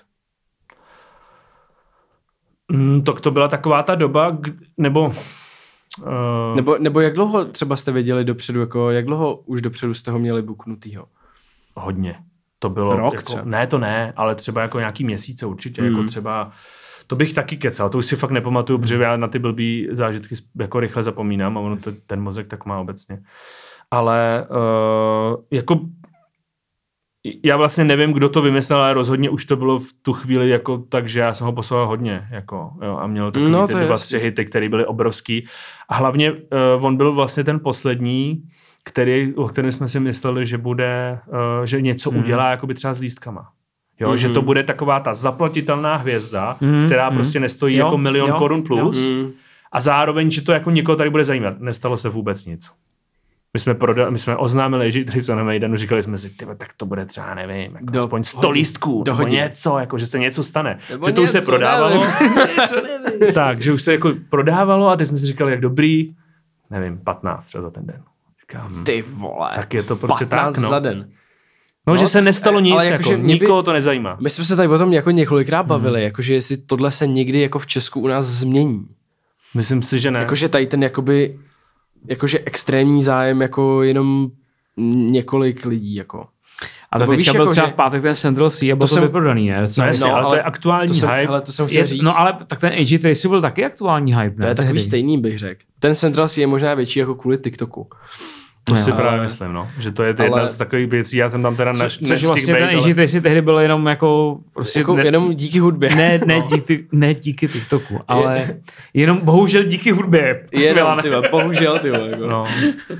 Mm, tak to byla taková ta doba, k- nebo... Uh... Nebo, nebo jak dlouho třeba jste věděli dopředu, jako jak dlouho už dopředu jste ho měli booknutýho? Hodně. To bylo... Rok jako, třeba? ne, to ne, ale třeba jako nějaký měsíce určitě, Mm. jako třeba... To bych taky kecal, to už si fakt nepamatuju, protože já na ty blbý zážitky jako rychle zapomínám a ono to, ten mozek tak má obecně. Ale uh, jako já vlastně nevím, kdo to vymyslel, ale rozhodně už to bylo v tu chvíli jako tak, že já jsem ho poslal hodně jako, jo, a měl takový No, ty to dva, jasný. tři hity, které byly obrovský. A hlavně uh, on byl vlastně ten poslední, který, o kterém jsme si mysleli, že bude, uh, že něco Hmm. udělá jakoby třeba s lístkama. Jo, Mhm. že to bude taková ta zaplatitelná hvězda, Mhm, která mhm. prostě nestojí Jo, jako milion jo, korun plus Mm. a zároveň, že to jako někoho tady bude zajímat. Nestalo se vůbec nic. My jsme, proda- my jsme oznámili, že tady co na Mejdanu, říkali jsme si, tyba, tak to bude třeba, nevím, jako Do aspoň sto hodin. lístků, Do nebo hodin. něco, jako, že se něco stane. Nebo že to už se něco, prodávalo. nevím. Něco nevím. Tak, že už se jako prodávalo a teď jsme si říkali, jak dobrý, nevím, patnáct třeba za ten den. Říkám, hm, Ty vole. tak je to prostě patnáct tak, no. za den. No, No, že se to- nestalo nic, ale jako, jakože mě by- nikoho to nezajímá. My jsme se tady o tom jako několikrát bavili, mm. jakože jestli tohle se někdy jako v Česku u nás změní. Myslím si, že ne. Jakože tady ten jakoby, jakože extrémní zájem jako jenom několik lidí jako. A Nebo to teďka víš, byl jako, třeba že- v pátek ten Central Sea a byl To to jsem- vyprodaný, ne? No jasně, No, ale to ale je aktuální to jsem, hype. ale to jsem chtěl Je, říct. no ale tak ten A G Tracy byl taky aktuální hype, ne? to je takový Tehdy. stejný, bych řekl. Ten Central Sea je možná větší jako kvůli TikToku. To si Ale- právě myslím, no. Že to je jedna ale- z takových věcí, já jsem tam teda neš, Což vlastně ten A G Tracy tehdy byl jenom jako prostě Jako ne, jenom díky hudbě. ne, ne, díky, ne díky TikToku, ale jenom bohužel díky hudbě. Jenom, Milane. ty vole, bohužel, ty vole, jako. No.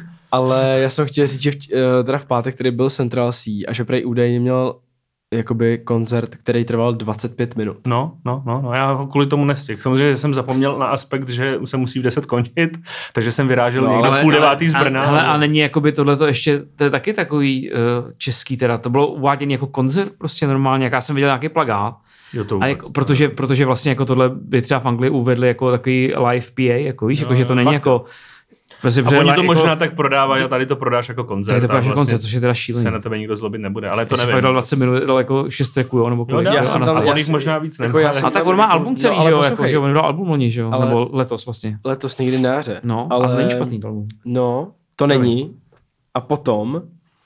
Ale já jsem chtěl říct, že v, eh, teda v pátek, který byl Central Sea a že prej údajně měl jakoby koncert, který trval dvacet pět minut. No, no, no, no, já ho kvůli tomu nestihl. Samozřejmě jsem zapomněl na aspekt, že se musí v deset končit, takže jsem vyrážel No, no, někdo ale- v půl devátý z Brna. A, hele, a není jakoby tohleto ještě, to je taky takový uh, český teda, to bylo uváděný jako koncert prostě normálně, jak já jsem viděl nějaký plagát. Jo, to A vůbec, jako, protože, protože vlastně jako tohle by třeba v Anglii uvedli jako takový live P A, jako víš, Jo, jako, že to jo, není fakt. jako... Prostě, A oni to jako, možná tak prodávají a tady to prodáš jako koncert. Tady to prodáš a jako koncert, což je teda šílený. se na tebe nikdo zlobit nebude, ale to to nevím. fakt dal dvacet minut, dal jako šest tracků, jo, nebo Jo, kolik. já jo, jsem a tam, na- a já on jich jsem- možná víc jako nemá. já jsem a tak on má album celý, No, ale že jo, jako, poslouchej. že on vydal album loni, že jo, Ale- nebo letos vlastně. Letos někdy na jaře. No, ale, ale není špatný to album. No, to není. A potom, uh,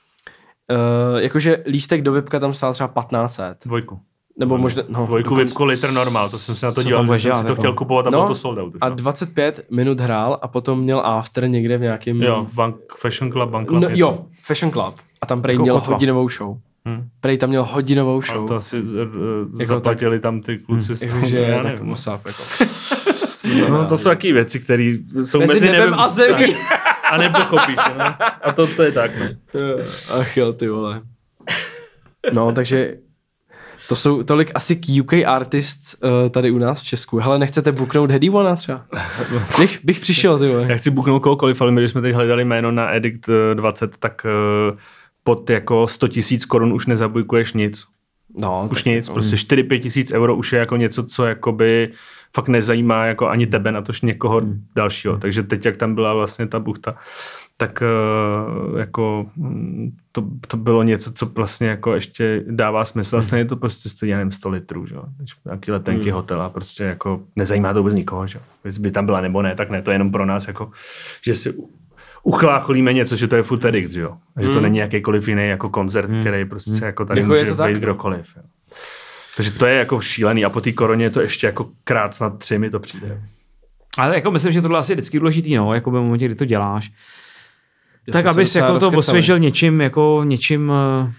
jakože lístek do Vipka tam stál třeba patnáct set. Dvojku. Nebo možná, no. Dvojku dokonce- Vipko Liter Normal, to jsem se na to Co díval, tam že budeš jsem si dělat, to jako? chtěl kupovat a No, bylo to sold out. Už, A no. dvacet pět minut hrál a potom měl after někde v nějakém... Jo, Bank, Fashion Club, Bank Club no, něco. jo, Fashion Club. A tam prej Jako měl kotva. hodinovou show. Hm. Prej tam měl hodinovou A show. to asi uh, Jako zaplatili tam ty kluci z toho, Jakože já tak nevím. musáp, jako. No, to jsou taky věci, které jsou Mezi mezi, nebem nebem a zemí. tak. A nepochopíš, no. A to, to je tak, no. Ach jo, ty vole. No, takže to jsou tolik asi k U K artists uh, tady u nás v Česku. Hele, nechcete booknout Heady One třeba? bych, bych přišel, ty vole. Já chci booknout kohokoliv, ale my, když jsme teď hledali jméno na Edict dvacet, tak uh, pod jako sto tisíc korun už nezabujkuješ nic. No, Už tak nic, jako- prostě čtyři pět tisíc euro už je jako něco, co jakoby fakt nezajímá jako ani tebe, natož někoho Hmm. dalšího. Takže teď, jak tam byla vlastně ta buchta, tak uh, jako mm, to, to bylo něco, co vlastně jako ještě dává smysl. Vlastně je to prostě stojí, já nevím, sto litrů, že jo. Nějaký letenky, Hmm. hotel a prostě jako nezajímá to vůbec nikoho, že jo. Jestli by tam byla nebo ne, tak ne, to je jenom pro nás jako, že si uchlácholíme něco, že to je Food Addict, že jo. A že to Hmm. není jakýkoliv jiný jako koncert, který prostě jako tady Jako je může to tak, být no. kdokoliv. Jo. Takže to je jako šílený a po té koroně je to ještě jako krát snad tři mi to přijde. Ale jako myslím, že tohle je asi vždycky důležitý, no, jako v momentě, kdy to děláš. Já Tak jsem se abys docela jako to rozkecal. osvěžil něčím, jako něčím, eh,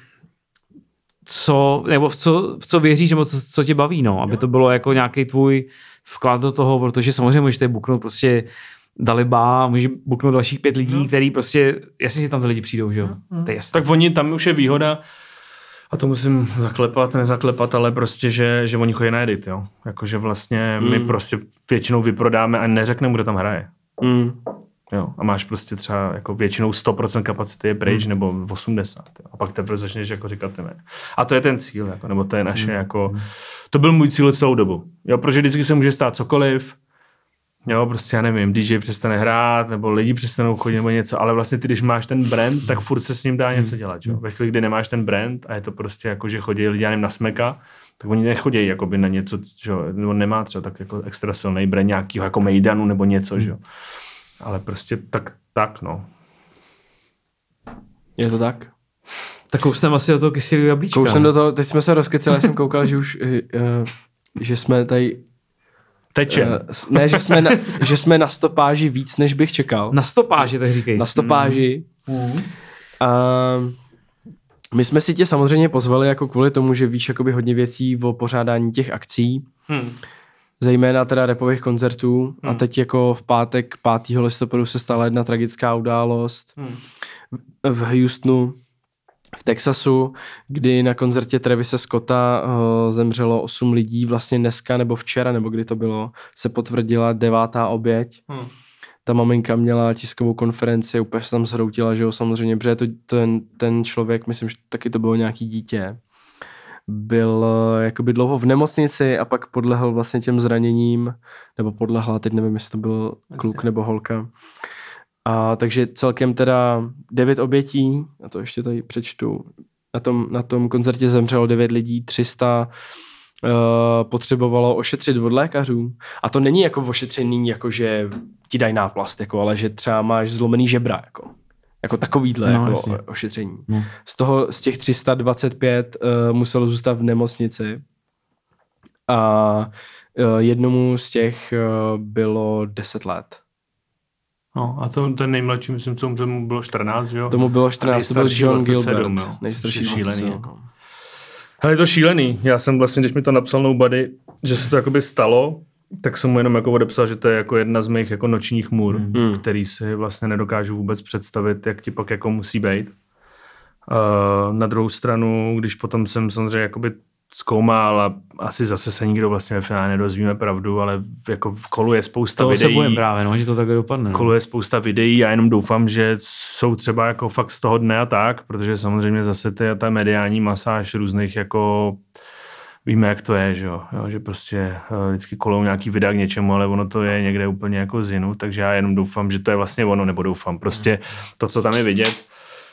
co, nebo v co, v co věříš, nebo co, co tě baví, no, aby to bylo jako nějaký tvůj vklad do toho, protože samozřejmě můžete booknout prostě Daliba, můžeš booknout dalších pět lidí, No. který prostě, jasně, že tam ty lidi přijdou, že jo, to je jasné. Tak oni, tam už je výhoda, A to musím zaklepat, nezaklepat, ale prostě, že, že oni chodí na edit, jo. Jakože vlastně mm. my prostě většinou vyprodáme a neřekneme, kdo tam hraje. Mm. Jo. A máš prostě třeba jako většinou sto procent kapacity je pryč, mm. nebo osmdesát. Jo. A pak teprve začneš jako říkat ty jména. A to je ten cíl, jako, nebo to je naše mm. jako, to byl můj cíl celou dobu. Jo, protože vždycky se může stát cokoliv. Jo, prostě já nevím, D J přestane hrát, nebo lidi přestanou chodit, nebo něco, ale vlastně ty, když máš ten brand, tak furt se s ním dá něco dělat, jo. Ve chvíli, kdy nemáš ten brand a je to prostě jako, že chodí lidi, já nevím, na Smeka, tak oni nechodí jakoby na něco, že nebo nemá třeba tak jako extra silný brand nějakýho jako Mejdanu nebo něco, že jo. Ale prostě tak, tak, no. Je to tak? Tak kousnem asi do toho kyselého jablíčka. Kousnem do toho, teď jsme se rozkeceli, jsem koukal, že už, uh, že jsme tady Teče. Uh, ne, že jsme, na, že jsme na stopáži víc, než bych čekal. Na stopáži, tak říkej. Na stopáži. Mm. Uh, my jsme si tě samozřejmě pozvali jako kvůli tomu, že víš jakoby hodně věcí o pořádání těch akcí. Hmm. Zejména teda rapových koncertů. Hmm. A teď jako v pátek pátého listopadu se stala jedna tragická událost hmm. v Houstonu, v Texasu, kdy na koncertě Travise Scotta uh, zemřelo osm lidí, vlastně dneska nebo včera, nebo kdy to bylo, se potvrdila devátá oběť. Hmm. Ta maminka měla tiskovou konferenci, úplně se tam zhroutila, že jo, samozřejmě, protože to, ten, ten člověk, myslím, že taky to bylo nějaký dítě, byl uh, jakoby dlouho v nemocnici a pak podlehl vlastně těm zraněním, nebo podlehla, teď nevím, jestli to byl kluk nebo holka. A takže celkem teda devět obětí, a to ještě tady přečtu, na tom, na tom koncertě zemřelo devět lidí, tři sta uh, potřebovalo ošetřit od lékařů. A to není jako ošetření, jako že ti dají náplast, jako, ale že třeba máš zlomený žebra, jako, jako takovýhle no, jako ošetření. No. Z toho, z těch tři sta dvacet pět uh, muselo zůstat v nemocnici a uh, jednomu z těch uh, bylo deset let. No a to ten nejmladší, myslím, co mu bylo čtrnáct, že jo? Tomu bylo čtrnáct, to byl John Gilbert, jo. nejstarší šílený. Jako. Ale je to šílený. Já jsem vlastně, když mi to napsal Nobody, že se to jakoby stalo, tak jsem mu jenom jako odepsal, že to je jako jedna z mých jako nočních můr, mm. který si vlastně nedokážu vůbec představit, jak ti pak jako musí být. Uh, na druhou stranu, když potom jsem samozřejmě jakoby zkoumal a asi zase se nikdo vlastně ve finále nedozvíme pravdu, ale jako v kolu je spousta toho videí. Se bojím právě, no, že to takhle dopadne. V kolu je spousta videí a jenom doufám, že jsou třeba jako fakt z toho dne a tak, protože samozřejmě zase ty, ta mediální masáž různých jako víme, jak to je, že jo, jo že prostě vždycky kolou nějaký videa k něčemu, ale ono to je někde úplně jako z jinu, takže já jenom doufám, že to je vlastně ono, nebo doufám, prostě to, co tam je vidět.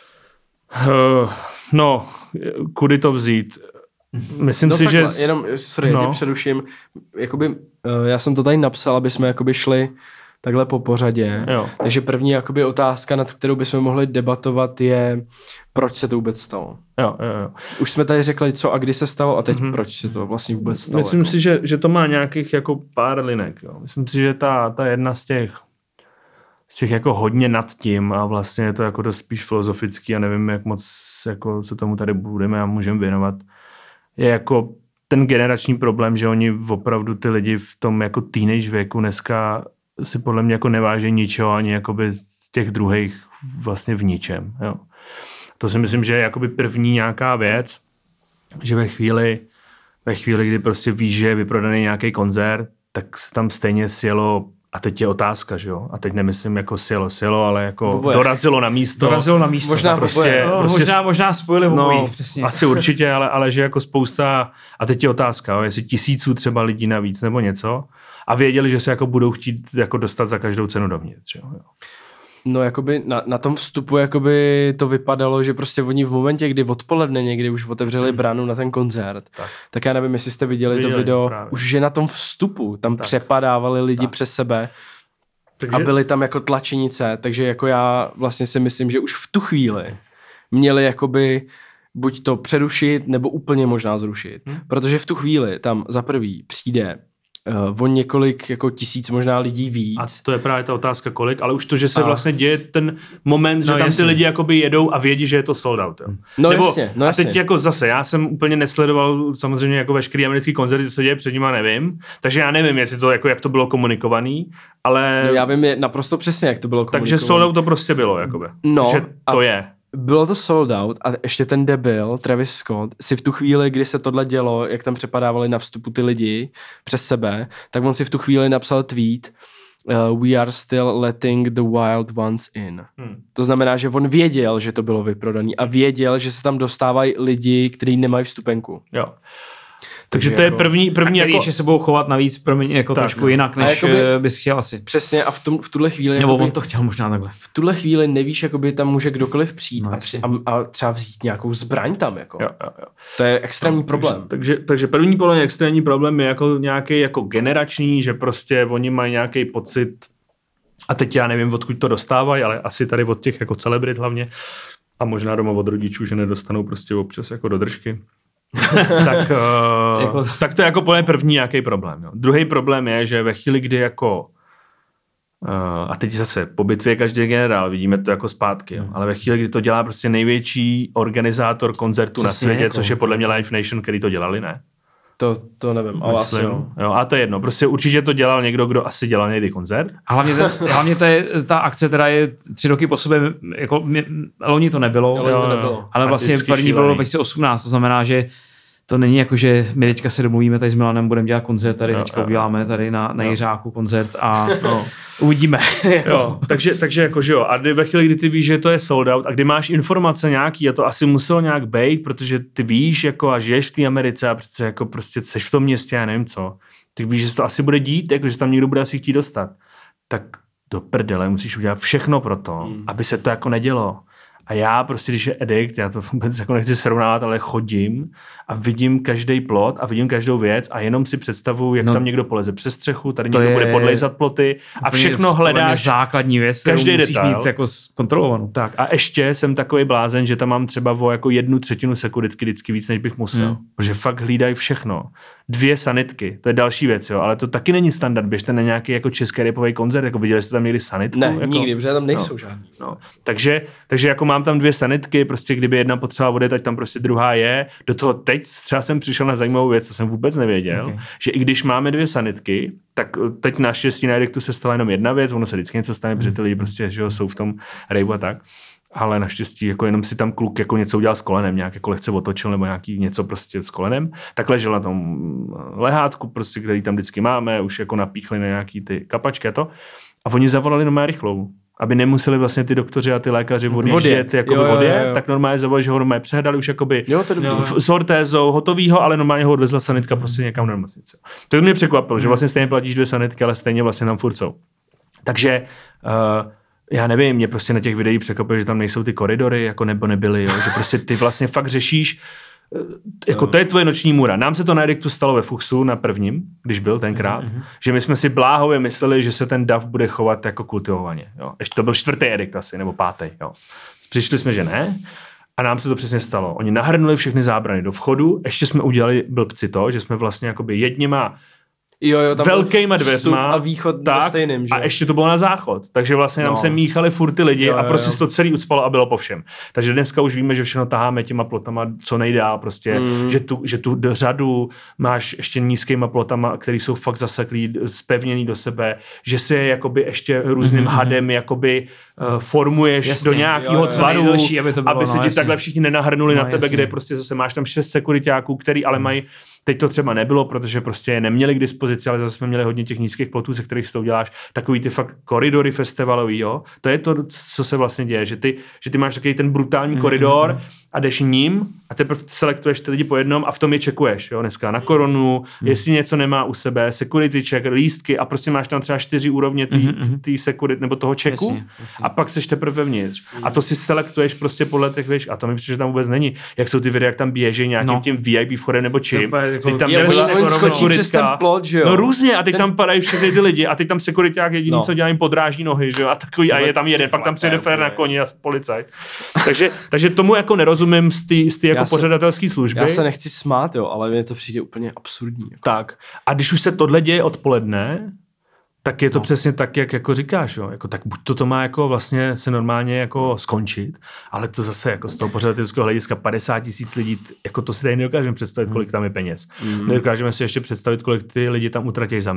Uh, no, kudy to vzít? Myslím no si, takhle, že... Jenom, sorry, no. tě přeruším. Jakoby, uh, já jsem to tady napsal, aby jsme jakoby šli takhle po pořadě. Jo. Takže první jakoby otázka, nad kterou bychom mohli debatovat, je, proč se to vůbec stalo. Jo, jo, jo. Už jsme tady řekli, co a kdy se stalo, a teď mm-hmm. proč se to vlastně vůbec stalo. Myslím jako. si, že, že to má nějakých jako pár linek. Jo. Myslím si, že ta, ta jedna z těch z těch jako hodně nad tím a vlastně je to jako dost spíš filozofický a nevím, jak moc jako se tomu tady budeme a můžeme věnovat, je jako ten generační problém, že oni opravdu ty lidi v tom jako teenage věku dneska si podle mě jako neváží ničeho ani jakoby z těch druhých vlastně v ničem. Jo. To si myslím, že je jakoby první nějaká věc, že ve chvíli, ve chvíli, kdy prostě víš, že je vyprodaný nějaký koncert, tak se tam stejně sjelo. A teď je otázka, že jo? A teď nemyslím jako sjelo, sjelo, ale jako dorazilo na místo. Dorazilo na místo. Možná, prostě, no, prostě, možná, možná spojili obojí, no, přesně. Asi určitě, ale, ale že jako spousta, a teď je otázka, jo? Jestli tisíců třeba lidí navíc nebo něco, a věděli, že se jako budou chtít jako dostat za každou cenu dovnitř. Jo? No jakoby na, na tom vstupu jakoby to vypadalo, že prostě oni v momentě, kdy odpoledne někdy už otevřeli bránu na ten koncert, tak, tak já nevím, jestli jste viděli, viděli to video, právě. Už že na tom vstupu tam tak. přepadávali lidi tak. přes sebe takže... a byly tam jako tlačenice, takže jako já vlastně si myslím, že už v tu chvíli měli jakoby buď to přerušit, nebo úplně možná zrušit, hmm. protože v tu chvíli tam za prvý přijde Uh, o několik jako tisíc možná lidí víc. A to je právě ta otázka kolik, ale už to, že se a... vlastně děje ten moment, že no, tam jasně. ty lidi jakoby jedou a vědí, že je to sold out. Jo. No Nebo, jasně, no a jasně. teď jako zase, já jsem úplně nesledoval samozřejmě jako veškerý americký koncerty, co se děje před nima, nevím. Takže já nevím, jestli to, jako, jak to bylo komunikovaný, ale... No, já vím je naprosto přesně, jak to bylo komunikovaný. Takže sold out to prostě bylo, jakoby. No, že to je. bylo to sold out a ještě ten debil, Travis Scott, si v tu chvíli, kdy se tohle dělo, jak tam přepadávali na vstupu ty lidi přes sebe, tak on si v tu chvíli napsal tweet uh, we are still letting the wild ones in. Hmm. To znamená, že on věděl, že to bylo vyprodaný a věděl, že se tam dostávají lidi, kteří nemají vstupenku. Jo. Takže to je první, první a který jako... ještě se budou chovat navíc pro mě jako tak, trošku jinak, než jakoby, bys chtěl asi. Přesně a v, tom, v tuhle chvíli... Nebo jakoby, on to chtěl možná takhle. V tuhle chvíli nevíš, jakoby tam může kdokoliv přijít no, a, při, a, a třeba vzít nějakou zbraň tam. Jako. Jo, jo, jo. To je extrémní no, problém. Takže, takže, takže první problém, extrémní problém je jako nějaký jako generační, že prostě oni mají nějaký pocit, a teď já nevím, odkud to dostávají, ale asi tady od těch jako celebrit hlavně, a možná doma od rodičů, že nedostanou prostě občas jako do držky. tak, uh, jako... tak to je jako první nějaký problém. Jo. Druhý problém je, že ve chvíli, kdy jako uh, a teď zase po bitvě každý generál, vidíme to jako zpátky, jo. Ale ve chvíli, kdy to dělá prostě největší organizátor koncertu na světě, jako, což je podle mě Live Nation, který to dělali, ne? To, to nevím, ale asi jo. jo. A to je jedno, prostě určitě to dělal někdo, kdo asi dělal někdy koncert. A hlavně, ten, hlavně to je, ta akce teda je tři roky po sobě, jako mě, loni to nebylo, jo, jo, to nebylo. Ale vlastně první bylo dva tisíce osmnáct, to znamená, že to není jako, že my teďka se domluvíme tady s Milanem, budeme dělat koncert, tady jo, teďka jo. uděláme tady na, na Jiřáku koncert a no. uvidíme. jo, takže, takže jako, že jo, a ve chvíli, kdy ty víš, že to je sold out a kdy máš informace nějaký, a to asi muselo nějak být, protože ty víš jako a žiješ v té Americe a přece jako prostě seš v tom městě, já nevím co, ty víš, že se to asi bude dít, jako, že tam někdo bude asi chtít dostat, tak do prdele musíš udělat všechno pro to, hmm. aby se to jako nedělo. A já prostě, když je edikt, já to vůbec jako nechci srovnávat, ale chodím a vidím každý plot a vidím každou věc a jenom si představuju, jak no, tam někdo poleze přes střechu, tady někdo je, bude podlejzat ploty a všechno hledáš. Základní věc, každý musíš detail. mít jako kontrolovanou. Tak a ještě jsem takový blázen, že tam mám třeba o jako jednu třetinu sekunditky vždycky víc, než bych musel. Hmm. Protože fakt hlídají všechno. Dvě sanitky, to je další věc, jo, ale to taky není standard. Běžte na nějaký jako český rapový koncert, jako viděli jste tam někdy sanitku? Ne, jako, nikdy, protože tam nejsou no, žádný. No. Takže, takže jako mám tam dvě sanitky, prostě kdyby jedna potřeba odjet, tak tam prostě druhá je. Do toho teď třeba jsem přišel na zajímavou věc, co jsem vůbec nevěděl, okay. že i když máme dvě sanitky, tak teď naštěstí na ediktu se stala jenom jedna věc, ono se vždycky něco stane, protože ty lidi prostě, že jo, jsou v tom rejvu a tak. Ale naštěstí jako jenom si tam kluk jako něco udělal s kolenem, nějak jako lehce otočil nebo nějaký něco prostě s kolenem, tak ležel na tom lehátku, prostě, který tam vždycky máme, už jako napíchli na nějaký ty kapačky a to. A oni zavolali normálně rychlou, aby nemuseli vlastně ty doktoři a ty lékaři odjíždět jakoby odjet, tak normálně zavolali, že ho normálně přehledali už jakoby jo, to jo. s ortézou hotovýho, ale normálně ho odvezla sanitka prostě někam do nemocnice. To mě překvapilo, že vlastně stejně platíš dvě sanitky, ale stejně vlastně tam furt jsou. Takže uh, já nevím, mě prostě na těch videích překvapuje, že tam nejsou ty koridory, jako nebo nebyly, jo? Že prostě ty vlastně fakt řešíš, jako to je tvoje noční můra. Nám se to na ediktu stalo ve Fuchsu na prvním, když byl tenkrát, mm-hmm. že my jsme si bláhově mysleli, že se ten dav bude chovat jako kultivovaně. Jo? Ještě to byl čtvrtý edikt asi, nebo pátý. Jo? Přišli jsme, že ne. A nám se to přesně stalo. Oni nahrnuli všechny zábrany do vchodu, ještě jsme udělali blbci to, že jsme vlastně jakoby jedněma Jo, jo, tam velkýma dveřma a východ tak, stejným, že? A ještě to bylo na záchod. Takže vlastně no. tam se míchali furt ty lidi jo, a prostě se to celý ucpalo a bylo po všem. Takže dneska už víme, že všechno taháme těma plotama, co nejdál prostě, mm. že, tu, že tu řadu máš ještě nízkýma plotama, který jsou fakt zaseklý, zpevněný do sebe, že si je jakoby ještě různým mm-hmm. hadem jakoby uh, formuješ jasně, do nějakého tvaru, aby, to bylo, aby se no, ti jasně. takhle všichni nenahrnuli no, na tebe, jasně. kde prostě zase máš tam šest sekuritáků, který ale mají. Teď to třeba nebylo, protože prostě je neměli k dispozici, ale zase jsme měli hodně těch nízkých plotů, ze kterých si to uděláš, takový ty fakt koridory festivalový, jo. To je to, co se vlastně děje, že ty, že ty máš takový ten brutální mm-hmm. koridor a jdeš ním a teprve selektuješ ty lidi po jednom a v tom je čekuješ, jo. Dneska na korunu, mm-hmm. jestli něco nemá u sebe, security check, lístky a prostě máš tam třeba čtyři úrovně tý, mm-hmm. tý security nebo toho checku jasně, jasně. a pak seš teprve vevnitř. Mm-hmm. A to si selektuješ prostě podle těch, víš, a to mi přijde, že tam vůbec není. Jak jsou ty videa, jak tam běží nějakým no. tím V I P vchodem nebo čím. Teď tam je, on, on skočí přes ten plot, že jo? No různě a teď ten... tam padají všechny ty lidi a teď tam sekuriták jediný, no. co dělá, jim podráží nohy, že jo? A takový, a je tam jeden, pak tam přijde fér na koni a policajt. takže, takže tomu jako nerozumím z ty, z ty jako pořadatelský služby. Já se nechci smát, jo, ale mně to přijde úplně absurdní. Jako. Tak. A když už se tohle děje odpoledne, tak je to no. přesně tak, jak jako říkáš, jo. Jako, tak buď to, to má jako vlastně se normálně jako skončit, ale to zase jako z toho pořadatelského hlediska padesát tisíc lidí, jako to si tady nedokážeme představit, kolik tam je peněz. Mm. Nedokážeme si ještě představit, kolik ty lidi tam utratí za merch.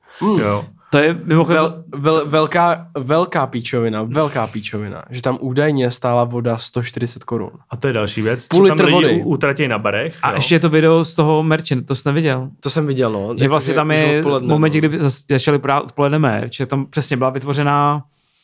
Mm. Jo. To je mimochodem... Vel, vel, velká, velká píčovina, velká píčovina, že tam údajně stála voda sto čtyřicet korun. A to je další věc. Půl Co tam litr lidi vody. utratí na barech. A jo. ještě je to video z toho merče, to jsi neviděl. To jsem viděl, no. Že vlastně tam je v momentě, kdy začali prodávat odpoledne merch, že tam přesně byla vytvořená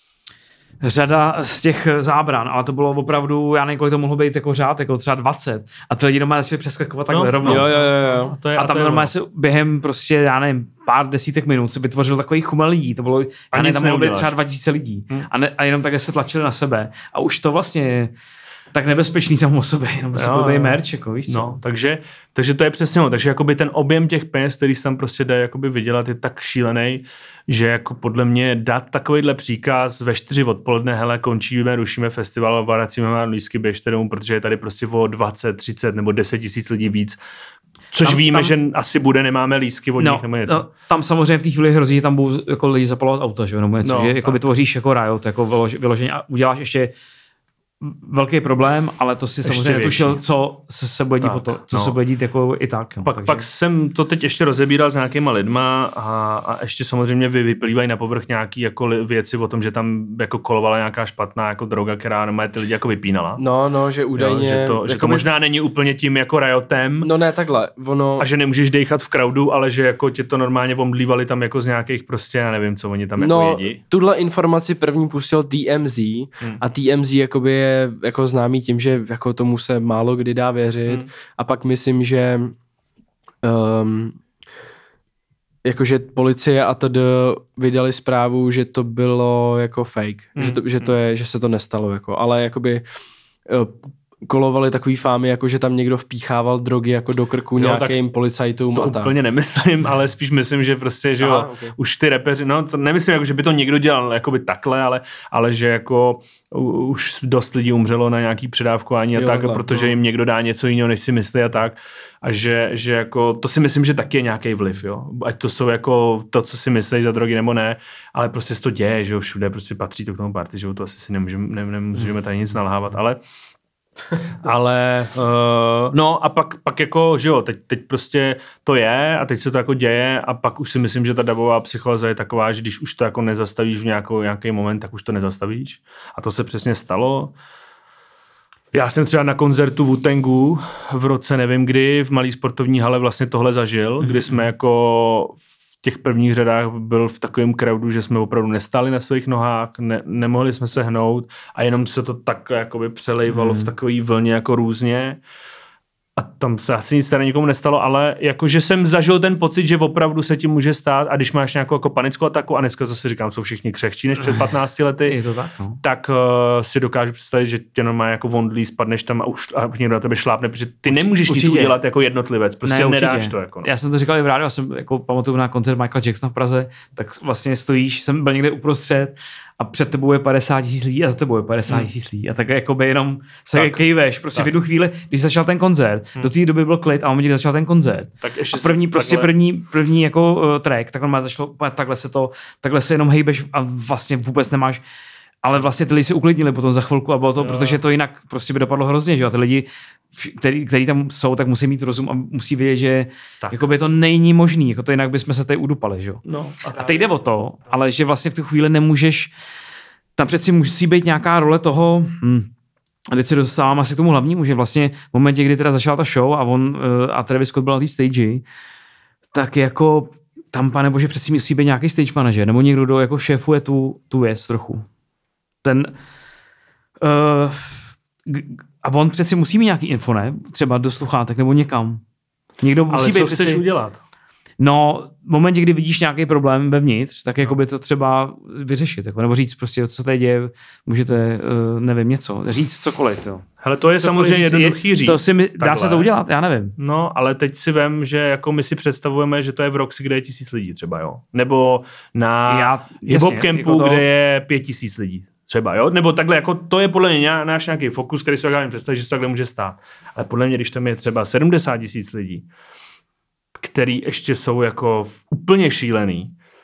řada z těch zábran, ale to bylo opravdu, já nevím, kolik to mohlo být jako řád, jako třeba dvacet. A ty lidi normálně začali přeskakovat takhle No, rovnou. Jo, jo, jo, jo. A, to je, A tam to je normálně se během prostě, já nevím, pár desítek minut se vytvořil takový chumel lidí. To bylo, já nevím, nic tam mohlo být neuděláš. třeba dva tisíce lidí. Hmm. A, ne, a jenom takhle se tlačili na sebe. A už to vlastně je tak nebezpečný samo o sobě, jenom prostě Jo, byl jo. merch, jako víš co. No, takže, takže to je přesně no, takže jakoby ten objem těch peněz, který se tam prostě dá jakoby vydělat, je tak šílený, že jako podle mě dát takovýhle příkaz ve čtyři odpoledne, hele, končíme, rušíme festival, varacíme na lístky, běžte domů, protože je tady prostě o dvacet, třicet nebo deset tisíc lidí víc. Což Tam- víme, tam- že asi bude, nemáme lístky od No, nich nebo něco. no, tam samozřejmě v té chvíli hrozí, že tam budou jako lidi zapalovat auta, že jo, nebo něco, No, že jako tak. vytvoříš jako riot, jako vylož, vyloženě a uděláš ještě velký problém, ale to si Ještě samozřejmě netušil, větší. co se, se bude dít Tak, potom, co no. se bude dít jako i tak. Jo, Pak, takže... pak jsem to teď ještě rozebíral s nějakýma lidma a, a ještě samozřejmě vy, vyplývají na povrch nějaký jako li- věci o tom, že tam jako kolovala nějaká špatná jako droga, která normálně ty lidi jako vypínala. No, no, že údajně... Jo, že, to, že to jakoby- možná není úplně tím jako riotem No ne, takhle, ono... a že nemůžeš dejchat v crowdu, ale že jako tě to normálně omdlívali tam jako z nějakých prostě, já nevím, co oni tam jako No, jedí. tuhle informaci první pustil T M Z Hmm. a T M Z jakoby je jako známý tím, že jako tomu se málo kdy dá věřit Hmm. a pak myslím, že um, jakože policie a td. Vydali zprávu, že to bylo jako fake, Hmm. že, to, že, to je, že se to nestalo, jako, ale jakoby uh, kolovaly takový fámy, jako že tam někdo vpíchával drogy jako do krku Jo, nějakým policajtům To a tak. úplně nemyslím, ale spíš myslím, že prostě, že Aha, jo, okay. už ty repeři, no to nemyslím, jako, že by to někdo dělal jakoby takhle, ale, ale že jako u- už dost lidí umřelo na nějaký předávkování a Jo, tak, takhle, protože no. jim někdo dá něco jiného, než si myslí a tak. A že, že jako, to si myslím, že taky je nějaký vliv, jo. Ať to jsou jako to, co si myslíš za drogy nebo ne, ale prostě se to děje, že jo, všude prostě patří to k tomu party, že jo, to asi si nemůžeme, ne, nemůžeme tady nic nalhávat, ale ale uh, no a pak, pak jako, že jo, teď, teď prostě to je a teď se to jako děje a pak už si myslím, že ta davová psychóza je taková, že když už to jako nezastavíš v nějakou, nějaký moment, tak už to nezastavíš a to se přesně stalo. Já jsem třeba na koncertu Wu-Tangu v roce nevím kdy v malý sportovní hale vlastně tohle zažil, mm-hmm. kdy jsme jako v těch prvních řadách byl v takovém crowdu, že jsme opravdu nestáli na svých nohách, ne, nemohli jsme se hnout a jenom se to tak jakoby přelejvalo mm. v takové vlně jako různě. A tam se asi nic tady nikomu nestalo, ale jakože jsem zažil ten pocit, že opravdu se ti může stát a když máš nějakou jako panickou ataku a dneska zase říkám, jsou všichni křehčí než před patnácti lety, Je to tak, no. tak uh, si dokážu představit, že tě normálně jako vondlí, spadneš tam a už a někdo na tebe šlápne, protože ty nemůžeš určitě. nic udělat jako jednotlivec, prostě Ne, nedáš určitě. to. Jako, no. Já jsem to říkal i v rádiu, já jsem jako pamatuju na koncert Michaela Jacksona v Praze, tak vlastně stojíš, jsem byl někde uprostřed a před tebou je padesát tisíc lidí a za tebou je padesát tisíc lidí a tak jakoby jenom se Tak. kejveš, prostě Tak. v jednu chvíli, když začal ten koncert, do té doby byl klid a v momentě, kdy začal ten koncert. Tak ještě A první, se- prostě takhle- první, první jako uh, track, tak normálně začalo, úplně takhle se to, takhle se jenom hejbeš a vlastně vůbec nemáš, ale vlastně ty lidi se uklidnili potom za chvilku a bylo to, Jo. protože to jinak prostě by dopadlo hrozně, že jo, a ty lidi, vš- který, který tam jsou, tak musí mít rozum a musí vědět, že Tak. jakoby to není možný, jako to jinak bychom se tady udupali, že jo. No, A teď jde o to, ale že vlastně v tu chvíli nemůžeš, tam přeci musí být nějaká role toho, hm, a teď se dostávám asi k tomu hlavnímu, že vlastně v momentě, kdy teda začala ta show a on uh, a Travis Scott byl na té stage, tak jako tam, pane bože, přeci musí být nějaký stage manager, nebo někdo, kdo jako šéfuje tu, tu věc trochu. Ten uh, g- a on přeci musí mít nějaký info, ne? Třeba do sluchátek nebo někam. Někdo musí ale být co přeci... chceš udělat? No, v momentě, kdy vidíš nějaký problém vevnitř, tak jako by to třeba vyřešit, jako, nebo říct prostě, co tady děje, můžete, uh, nevím, něco, říct cokoliv, jo. Hele, to je Cokoliv samozřejmě říct, jednoduchý říct. To si mi, dá takhle. se to udělat, já nevím. No, ale teď si vem, že jako my si představujeme, že to je v Roxy, kde je tisíc lidí třeba, jo. Nebo na Já- hip-hop jasně, campu, jako to- kde je pět tisíc lidí. Třeba, jo? Nebo takhle, jako to je podle mě ně- náš nějaký fokus, který si dokážeme představit, že se takhle může stát. Ale podle mě, když tam je třeba sedmdesát tisíc lidí, který ještě jsou jako v- úplně šílený,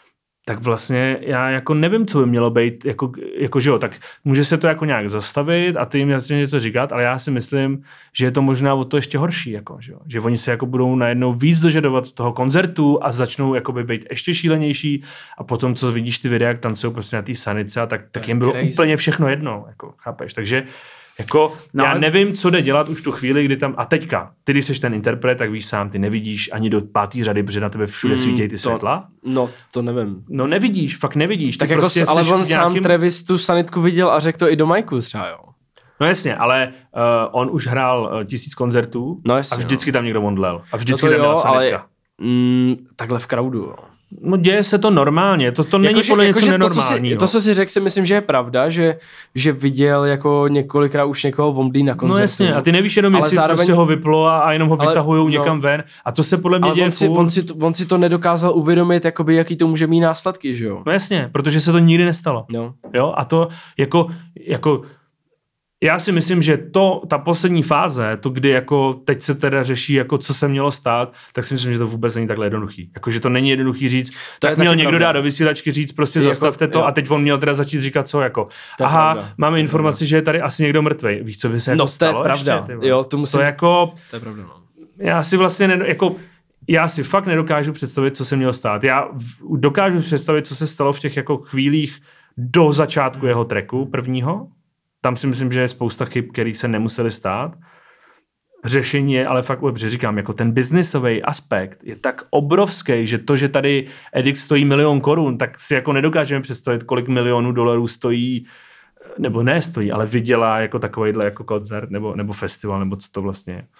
tak vlastně já jako nevím, co by mělo být, jako, jako že jo, tak může se to jako nějak zastavit a ty jim něco říkat, ale já si myslím, že je to možná o to ještě horší, jako, že jo, že oni se jako budou najednou víc dožadovat toho koncertu a začnou jakoby být ještě šílenější a potom, co vidíš ty videa, jak tancují prostě na té sanice, tak, tak jim bylo crazy. Úplně všechno jedno, jako, chápeš, takže jako, no, já nevím, co jde dělat už tu chvíli, kdy tam, a teďka, ty, když jsi ten interpret, tak víš sám, ty nevidíš ani do pátý řady, protože na tebe všude mm, svítějí ty světla. To, no, to nevím. No nevidíš, fakt nevidíš. Tak ty jako, prostě ale on nějakým... sám Travis tu sanitku viděl a řekl to i do Majku třeba, jo. No jasně, ale uh, on už hrál uh, tisíc koncertů no jasně, a vždycky no. tam někdo ondlel. A vždycky no tam byla sanitka. Ale, mm, takhle v crowdu, jo. No děje se to normálně, to, to není jako, podle jako, něco to, nenormálního. To, co si řekl, si myslím, že je pravda, že, že viděl jako několikrát už někoho vomdlí na koncertu. No jasně, a ty nevíš jenom, jestli zároveň... prostě ho vyplo a, a jenom ho vytahujou no, někam ven a to se podle mě děje on si, on, si to, on si to nedokázal uvědomit, jakoby, jaký to může mít následky, že jo? No jasně, protože se to nikdy nestalo. No. Jo, a to jako, jako já si myslím, že to, ta poslední fáze, to kdy jako teď se teda řeší, jako co se mělo stát, tak si myslím, že to vůbec není takhle jednoduchý. Jako, že to není jednoduchý říct, to tak měl někdo pravda. Dát do vysílačky říct, prostě jako, zastavte to jo. A teď on měl teda začít říkat co, jako aha, pravda. Máme informaci, že je tady asi někdo mrtvej. Víš, co by se jako no, stalo? No, to je pravda. Ještě, jo, to musím... To jako... To je pravda, no. Já si vlastně, ne, jako... Já si fakt nedokážu představit, co se mělo stát. Já v, dokážu představit, co se stalo v těch jako chvílích do začátku jeho tracku prvního. Tam si myslím, že je spousta chyb, kterých se nemuseli stát. Řešení je ale fakt, protože říkám, jako ten biznisový aspekt je tak obrovský, že to, že tady Edict stojí milion korun, tak si jako nedokážeme představit, kolik milionů dolarů stojí, nebo ne stojí, ale vydělá jako takovejhle jako koncert, nebo, nebo festival, nebo co to vlastně je.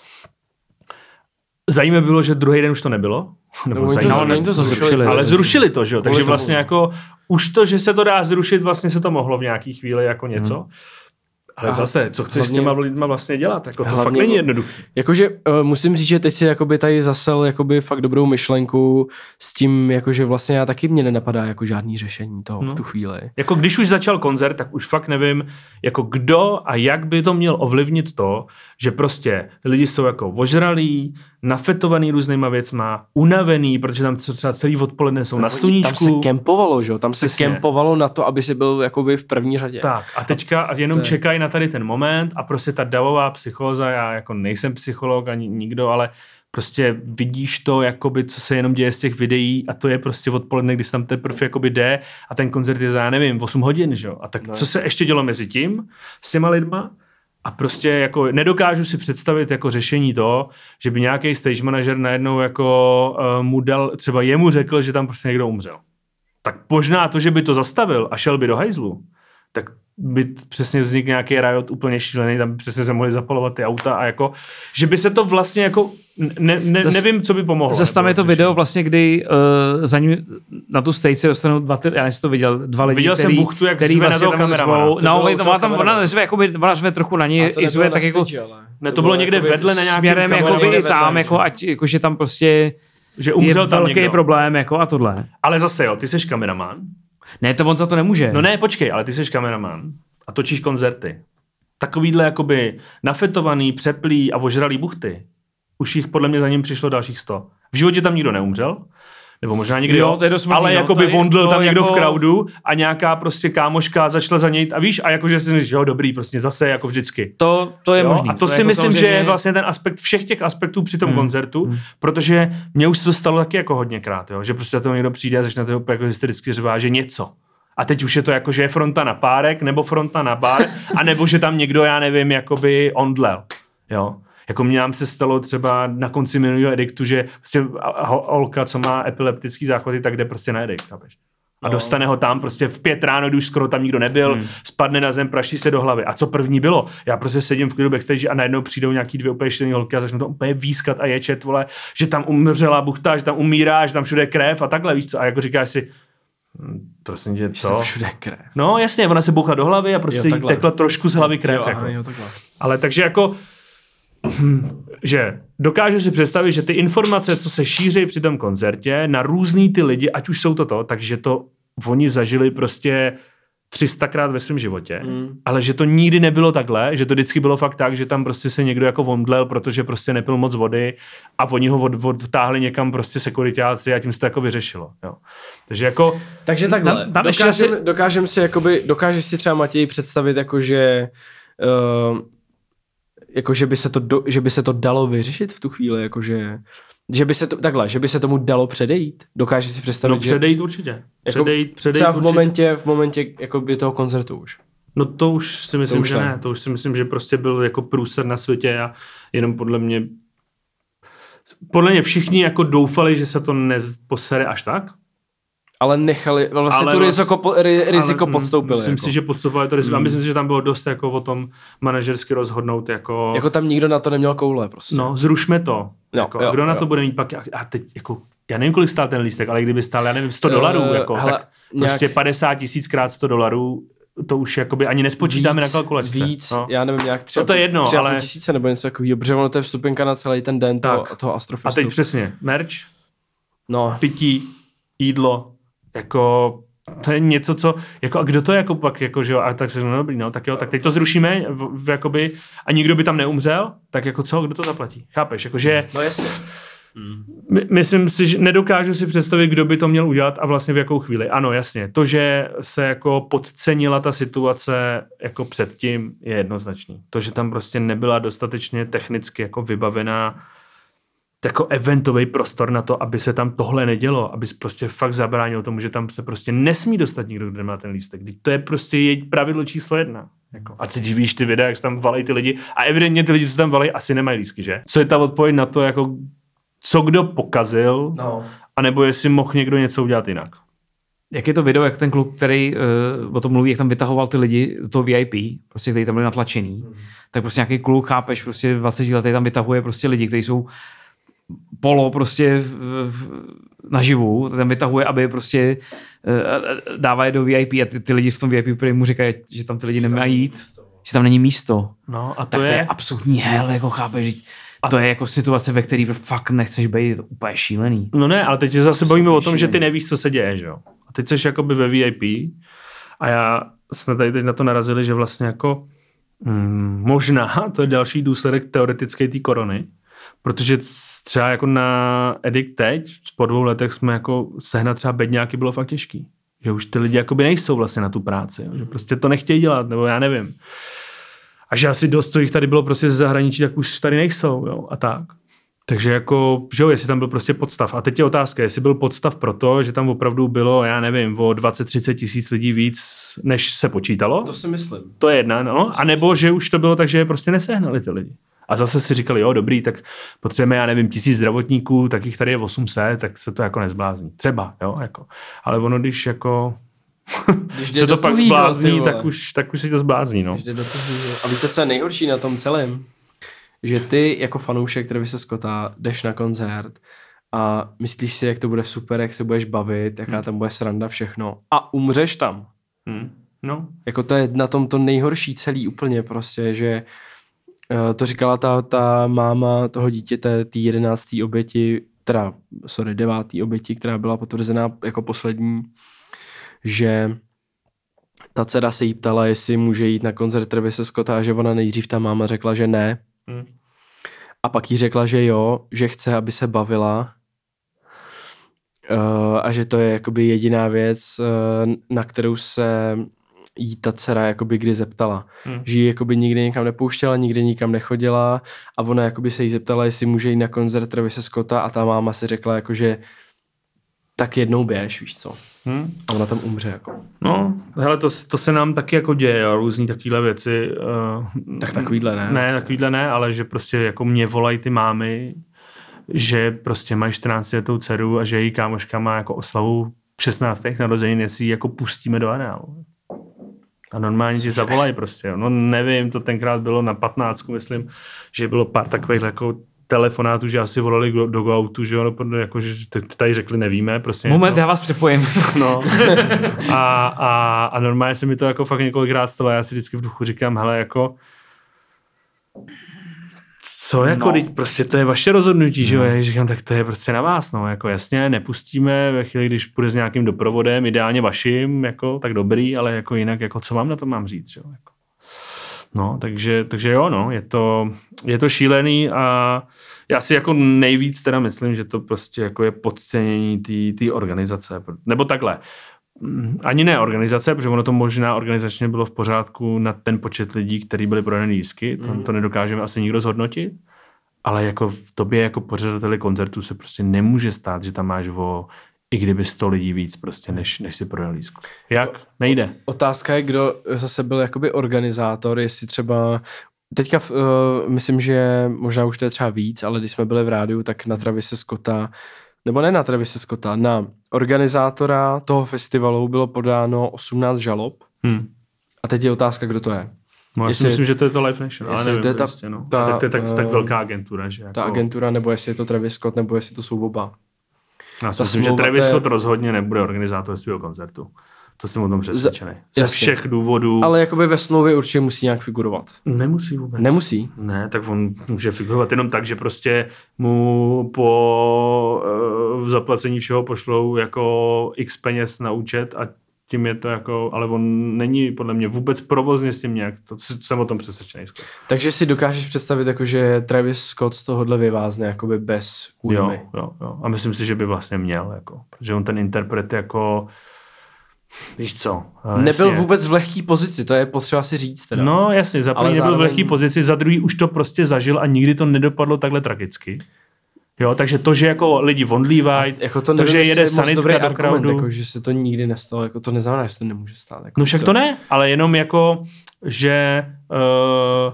Zajímavé bylo, že druhý den už to nebylo. Nebo no, zajímavé, to, to zrušili, ale zrušili to, že jo? Takže tomu, vlastně jako už to, že se to dá zrušit, vlastně se to mohlo v nějaký chvíli jako něco. Hmm. Ale a zase, co chceš hlavně, s těma lidma vlastně dělat? Jako to fakt není jednoduché. Jakože uh, musím říct, že teď si jakoby tady zasel jakoby fakt dobrou myšlenku s tím, jakože vlastně já taky mě nenapadá jako žádný řešení toho no. v tu chvíli. Jako když už začal koncert, tak už fakt nevím, jako kdo a jak by to měl ovlivnit to, že prostě lidi jsou jako ožralí, nafetovaný různýma věcma, unavený, protože tam třeba celý odpoledne jsou no, na sluníčku. Tam se kempovalo, že jo? Tam se Přesně. kempovalo na to, aby si byl jakoby v první řadě. Tak a teďka a jenom čekají na tady ten moment a prostě ta davová psychóza, já jako nejsem psycholog ani nikdo, ale prostě vidíš to, jakoby, co se jenom děje z těch videí a to je prostě odpoledne, když tam teprve jakoby jde a ten koncert je za, já nevím, osm hodin, že jo? A tak no. Co se ještě dělo mezi tím s těma lidma? A prostě jako nedokážu si představit jako řešení to, že by nějaký stage manager najednou jako uh, mu dal, třeba jemu řekl, že tam prostě někdo umřel. Tak možná to, že by to zastavil a šel by do hajzlu, tak by přesně vznikl nějaký riot úplně šílený, tam přesně se mohli zapalovat ty auta a jako, že by se to vlastně jako, ne, ne, Zas, nevím, co by pomohlo. Zase tam je to video vlastně, kdy uh, za ním na tu stage se dostanou dva, ty, já nejsi to viděl, dva lidi, viděl který, jsem buchtu, jak který řve vlastně na toho kameramana. No, to ona tam, ona řve, jakoby, ona řve trochu na něj, i řve tak jako, ne, to bylo někde vedle na nějakém směrem jakoby i tam, jako, ať, jako, že tam prostě že umřel je tam velký někdo. problém, jako a tohle. Ale zase jo, ty seš kameraman. Ne, to on za to nemůže. No ne, počkej, ale ty seš kameraman a točíš koncerty. Takovýhle jakoby nafetovaný, přeplý a ožralý buchty. Už jich podle mě za ním přišlo dalších sto. V životě tam nikdo neumřel. Nebo možná někdy jo, jo smutný, ale no, jakoby vondl tam někdo jako... v crowdu a nějaká prostě kámoška začala za něj a víš, a jakože si říkáš, jo dobrý, prostě zase jako vždycky. To, to je možný. A to, to si jako myslím, samozřejmě... že je vlastně ten aspekt všech těch aspektů při tom hmm. koncertu, hmm. protože mně už se to stalo taky jako hodněkrát, jo, že prostě za to někdo přijde a začne to jako hystericky řvát, že něco. A teď už je to jako, že je fronta na párek, nebo fronta na bar, a nebo že tam někdo, já nevím, jakoby ondlel, jo. Jako mě nám se stalo třeba na konci minulého ediktu, že prostě holka, co má epileptický záchvaty, tak jde prostě na edikt, chápeš? A no. Dostane ho tam prostě v pět ráno, když už skoro tam nikdo nebyl, hmm. spadne na zem, praší se do hlavy. A co první bylo? Já prostě sedím v klidu backstage a najednou přijdou nějaký dvě úplně šílený holky a začnou to úplně výskat a ječet, vole, že tam umřela buchta, že tam umírá, že tam všude je krev a takhle, víš co? A jako říkáš si, to vlastně je co? Všude krev. No jasně, ona se bouchla do hlavy a prostě jo, jí tekla trošku z hlavy krev. Jo, jako. aha, jo, ale takže jako Hmm, že dokážu si představit, že ty informace, co se šíří při tom koncertě na různý ty lidi, ať už jsou to to, takže to oni zažili prostě třistakrát ve svém životě, Mm. ale že to nikdy nebylo takhle, že to vždycky bylo fakt tak, že tam prostě se někdo jako omdlel, protože prostě nepil moc vody a oni ho od, odtáhli někam prostě sekuritáci a tím se to jako vyřešilo. Jo. Takže jako... Takže takhle, Tam- tam ještě dokážem, asi- dokážem si, jakoby, dokážeš si třeba Matěj představit, jako že, uh, jako že, by se to do, že by se to dalo vyřešit v tu chvíli, jakože, že by se to, takhle, že by se tomu dalo předejít? Dokážeš si představit, No předejít určitě. Jako Předejít, předejít třeba v určitě. momentě, v momentě jakoby toho koncertu už. No to už si myslím, už že ne. ne. To už si myslím, že prostě byl jako průser na světě a jenom podle mě podle mě všichni jako doufali, že se to neposere až tak. Ale nechali, vlastně Ale tu vlast- riziko, po, ri, riziko ale, podstoupili. Myslím jako. si, že podstoupili to riziko. Mm. A myslím si, že tam bylo dost jako o tom manažersky rozhodnout jako... Jako tam nikdo na to neměl koule prostě. No, zrušme to. No, jako, jo, a kdo na jo. to bude mít pak? A teď jako, já nevím, kolik stál ten lístek, ale kdyby stál, já nevím, sto dolarů, Eh, jako, hele, tak nějak- prostě padesát tisíc krát sto dolarů, to už jakoby ani nespočítáme víc, na kalkulačce. Víc, no. já nevím, nějak tři, No to je jedno, tři a půl ale- tisíce nebo něco takového, protože ono to je vstupenka na celý ten den toho, Tak. toho A Astrofestu. teď přesně, merch, No, pití, jídlo, jako to je něco, co, jako a kdo to jako pak, jako, že jo, a tak se no dobrý, no, tak jo, tak teď to zrušíme, v, v, jakoby, a nikdo by tam neumřel, tak jako co, kdo to zaplatí, chápeš, jakože, no jasně. my, myslím si, že nedokážu si představit, kdo by to měl udělat a vlastně v jakou chvíli, ano, jasně, to, že se jako podcenila ta situace jako předtím, je jednoznačný, to, že tam prostě nebyla dostatečně technicky jako vybavená jako eventový prostor na to, aby se tam tohle nedělo, aby prostě fakt zabránil tomu, že tam se prostě nesmí dostat nikdo, kdo nemá ten lístek. To je prostě její pravidlo číslo jedna. Jako. A teď víš ty videa, jak se tam valají ty lidi a evidentně ty lidi, co tam valají, asi nemají lístky, že? Co je ta odpověď na to, jako co kdo pokazil, No. anebo jestli mohl někdo něco udělat jinak. Jak je to video, jak ten kluk, který uh, o tom mluví, jak tam vytahoval ty lidi do toho V I P, prostě který tam byli natlačený, mm. tak prostě nějaký kluk, chápeš, prostě dvacet letý tam vytahuje prostě lidi, kteří jsou polo prostě v, v, naživu, tam vytahuje, aby prostě uh, dává je do V I P a ty, ty lidi v tom V I P úplně mu říkají, že tam ty lidi nemají jít, že tam není místo. No a to Tak je... to je absolutní hell, jako chápeš, že to je jako situace, ve které fakt nechceš být, je to úplně šílený. No ne, ale teď se zase bavíme o tom, že ty šílený. nevíš, co se děje, že jo. A teď jsi jakoby ve V I P a já jsme tady teď na to narazili, že vlastně jako mm, možná to je další důsledek teoretické té korony, protože třeba jako na Edict teď, po dvou letech jsme jako sehnat třeba bedňáky bylo fakt těžký. Že už ty lidi jakoby nejsou vlastně na tu práci, jo? Že prostě to nechtějí dělat, nebo já nevím. A že asi dost, co jich tady bylo prostě ze zahraničí, tak už tady nejsou, jo, a tak. Takže jako, že jo, jestli tam byl prostě podstav. A teď je otázka, jestli byl podstav proto, že tam opravdu bylo, já nevím, o dvacet třicet tisíc lidí víc, než se počítalo. To si myslím. To je jedna, no. A nebo, že už to bylo tak, že je prostě nesehnali ty lidi. A zase si říkali, jo, dobrý, tak potřebujeme, já nevím, tisíc zdravotníků, tak jich tady je osm set, tak se to jako nezblázní. Třeba, jo, jako. Ale ono, když jako Když se to pak tuhýho, zblázní, ty vole. tak už, tak už si to zblázní, no. Když jde do tuhýho. A víte, co je nejhorší na tom celém? Že ty jako fanoušek Travise Scotta jdeš na koncert a myslíš si, jak to bude super, jak se budeš bavit, jaká Hmm. tam bude sranda, všechno. A umřeš tam. Hmm. No. Jako to je na tom to nejhorší celý úplně prostě, že uh, to říkala ta, ta máma toho dítěte, té jedenácté oběti, teda, sorry, deváté oběti, která byla potvrzená jako poslední, že ta dcera se jí ptala, jestli může jít na koncert Travise Scotta a že ona nejdřív ta máma řekla, že ne. Hmm. A pak jí řekla, že jo, že chce, aby se bavila uh, a že to je jakoby jediná věc, uh, na kterou se jí ta dcera jakoby kdy zeptala. Hmm. Že ji jakoby nikdy nikam nepouštěla, nikdy nikam nechodila a ona jakoby se jí zeptala, jestli může jít na koncert Travise Scotta a ta máma si řekla jako, že tak jednou běž, víš co. Hmm. A ona tam umře jako. No, hele, to, to se nám taky jako děje, jo, různý takovýhle věci. Uh, Tak takovýhle ne. Ne, takovýhle ne, ale že prostě jako mě volají ty mámy, že prostě mají čtrnáctiletou dceru a že její kámoška má jako oslavu šestnáctých narozenin, jestli ji jako pustíme do areálu. A normálně ti zavolají prostě. Jo. No nevím, to tenkrát bylo na patnáctku, myslím, že bylo pár takových jako telefonátů, že asi volali do, do Go-Outu, že jo, no, jako, že tady řekli nevíme, prostě Moment, něco. já vás přepojím. No. A, a, a normálně se mi to jako fakt několikrát stalo, já si vždycky v duchu říkám, hele, jako co jako, No. no. prostě to je vaše rozhodnutí, že jo, já říkám, tak to je prostě na vás, no, jako jasně, nepustíme ve chvíli, když půjde s nějakým doprovodem, ideálně vaším, jako, tak dobrý, ale jako jinak, jako co vám na to mám říct, že jo, jako. No, takže, takže jo, no, je to, je to šílený a já si jako nejvíc teda myslím, že to prostě jako je podcenění té organizace, nebo takhle, ani ne organizace, protože ono to možná organizačně bylo v pořádku na ten počet lidí, který byli prodaný lístky, to, to nedokážeme asi nikdo zhodnotit, ale jako v tobě jako pořadateli koncertu se prostě nemůže stát, že tam máš o i kdyby sto lidí víc prostě, než, než si prodal lístku. Jak? Nejde. Otázka je, kdo zase byl jakoby organizátor, jestli třeba teďka uh, myslím, že možná už to je třeba víc, ale když jsme byli v rádiu, tak na Travise Scotta, nebo ne na Travise Scotta, na organizátora toho festivalu bylo podáno osmnáct žalob. Hmm. A teď je otázka, kdo to je. No, já si myslím, že to je to Live Nation, ale nevím, to je ta, prostě, no. ta, tak to je tak, uh, tak velká agentura, že jako... Ta agentura, nebo jestli je to Travis Scott, nebo jestli to jsou oba. Já si myslím, že Travis Scott rozhodně nebude organizátor svého koncertu. To jsem o tom přesvědčený. Ze všech důvodů. Ale jakoby ve smlouvě určitě musí nějak figurovat. Nemusí vůbec. Nemusí? Ne, tak on může figurovat jenom tak, že prostě mu po uh, zaplacení všeho pošlou jako x peněz na účet a tím je to jako, ale on není podle mě vůbec provozně s tím nějak, to jsem o tom přesvědčený. Takže si dokážeš představit, jako, že Travis Scott z tohohle vyvázne jakoby bez újmy. Jo, jo, jo. A myslím si, že by vlastně měl, jako, protože on ten interpret jako, víš co. Nebyl jasně. vůbec v lehký pozici, to je potřeba si říct. Teda. No jasně, za první nebyl zároveň... v lehký pozici, za druhý už to prostě zažil a nikdy to nedopadlo takhle tragicky. Jo, takže to, že jako lidi vondlívají, jako to, to že jede sanitka do crowdu. Jako, že se to nikdy nestalo, jako to neznamená, že se to nemůže stát. Jako no však co? To ne, ale jenom jako, že uh,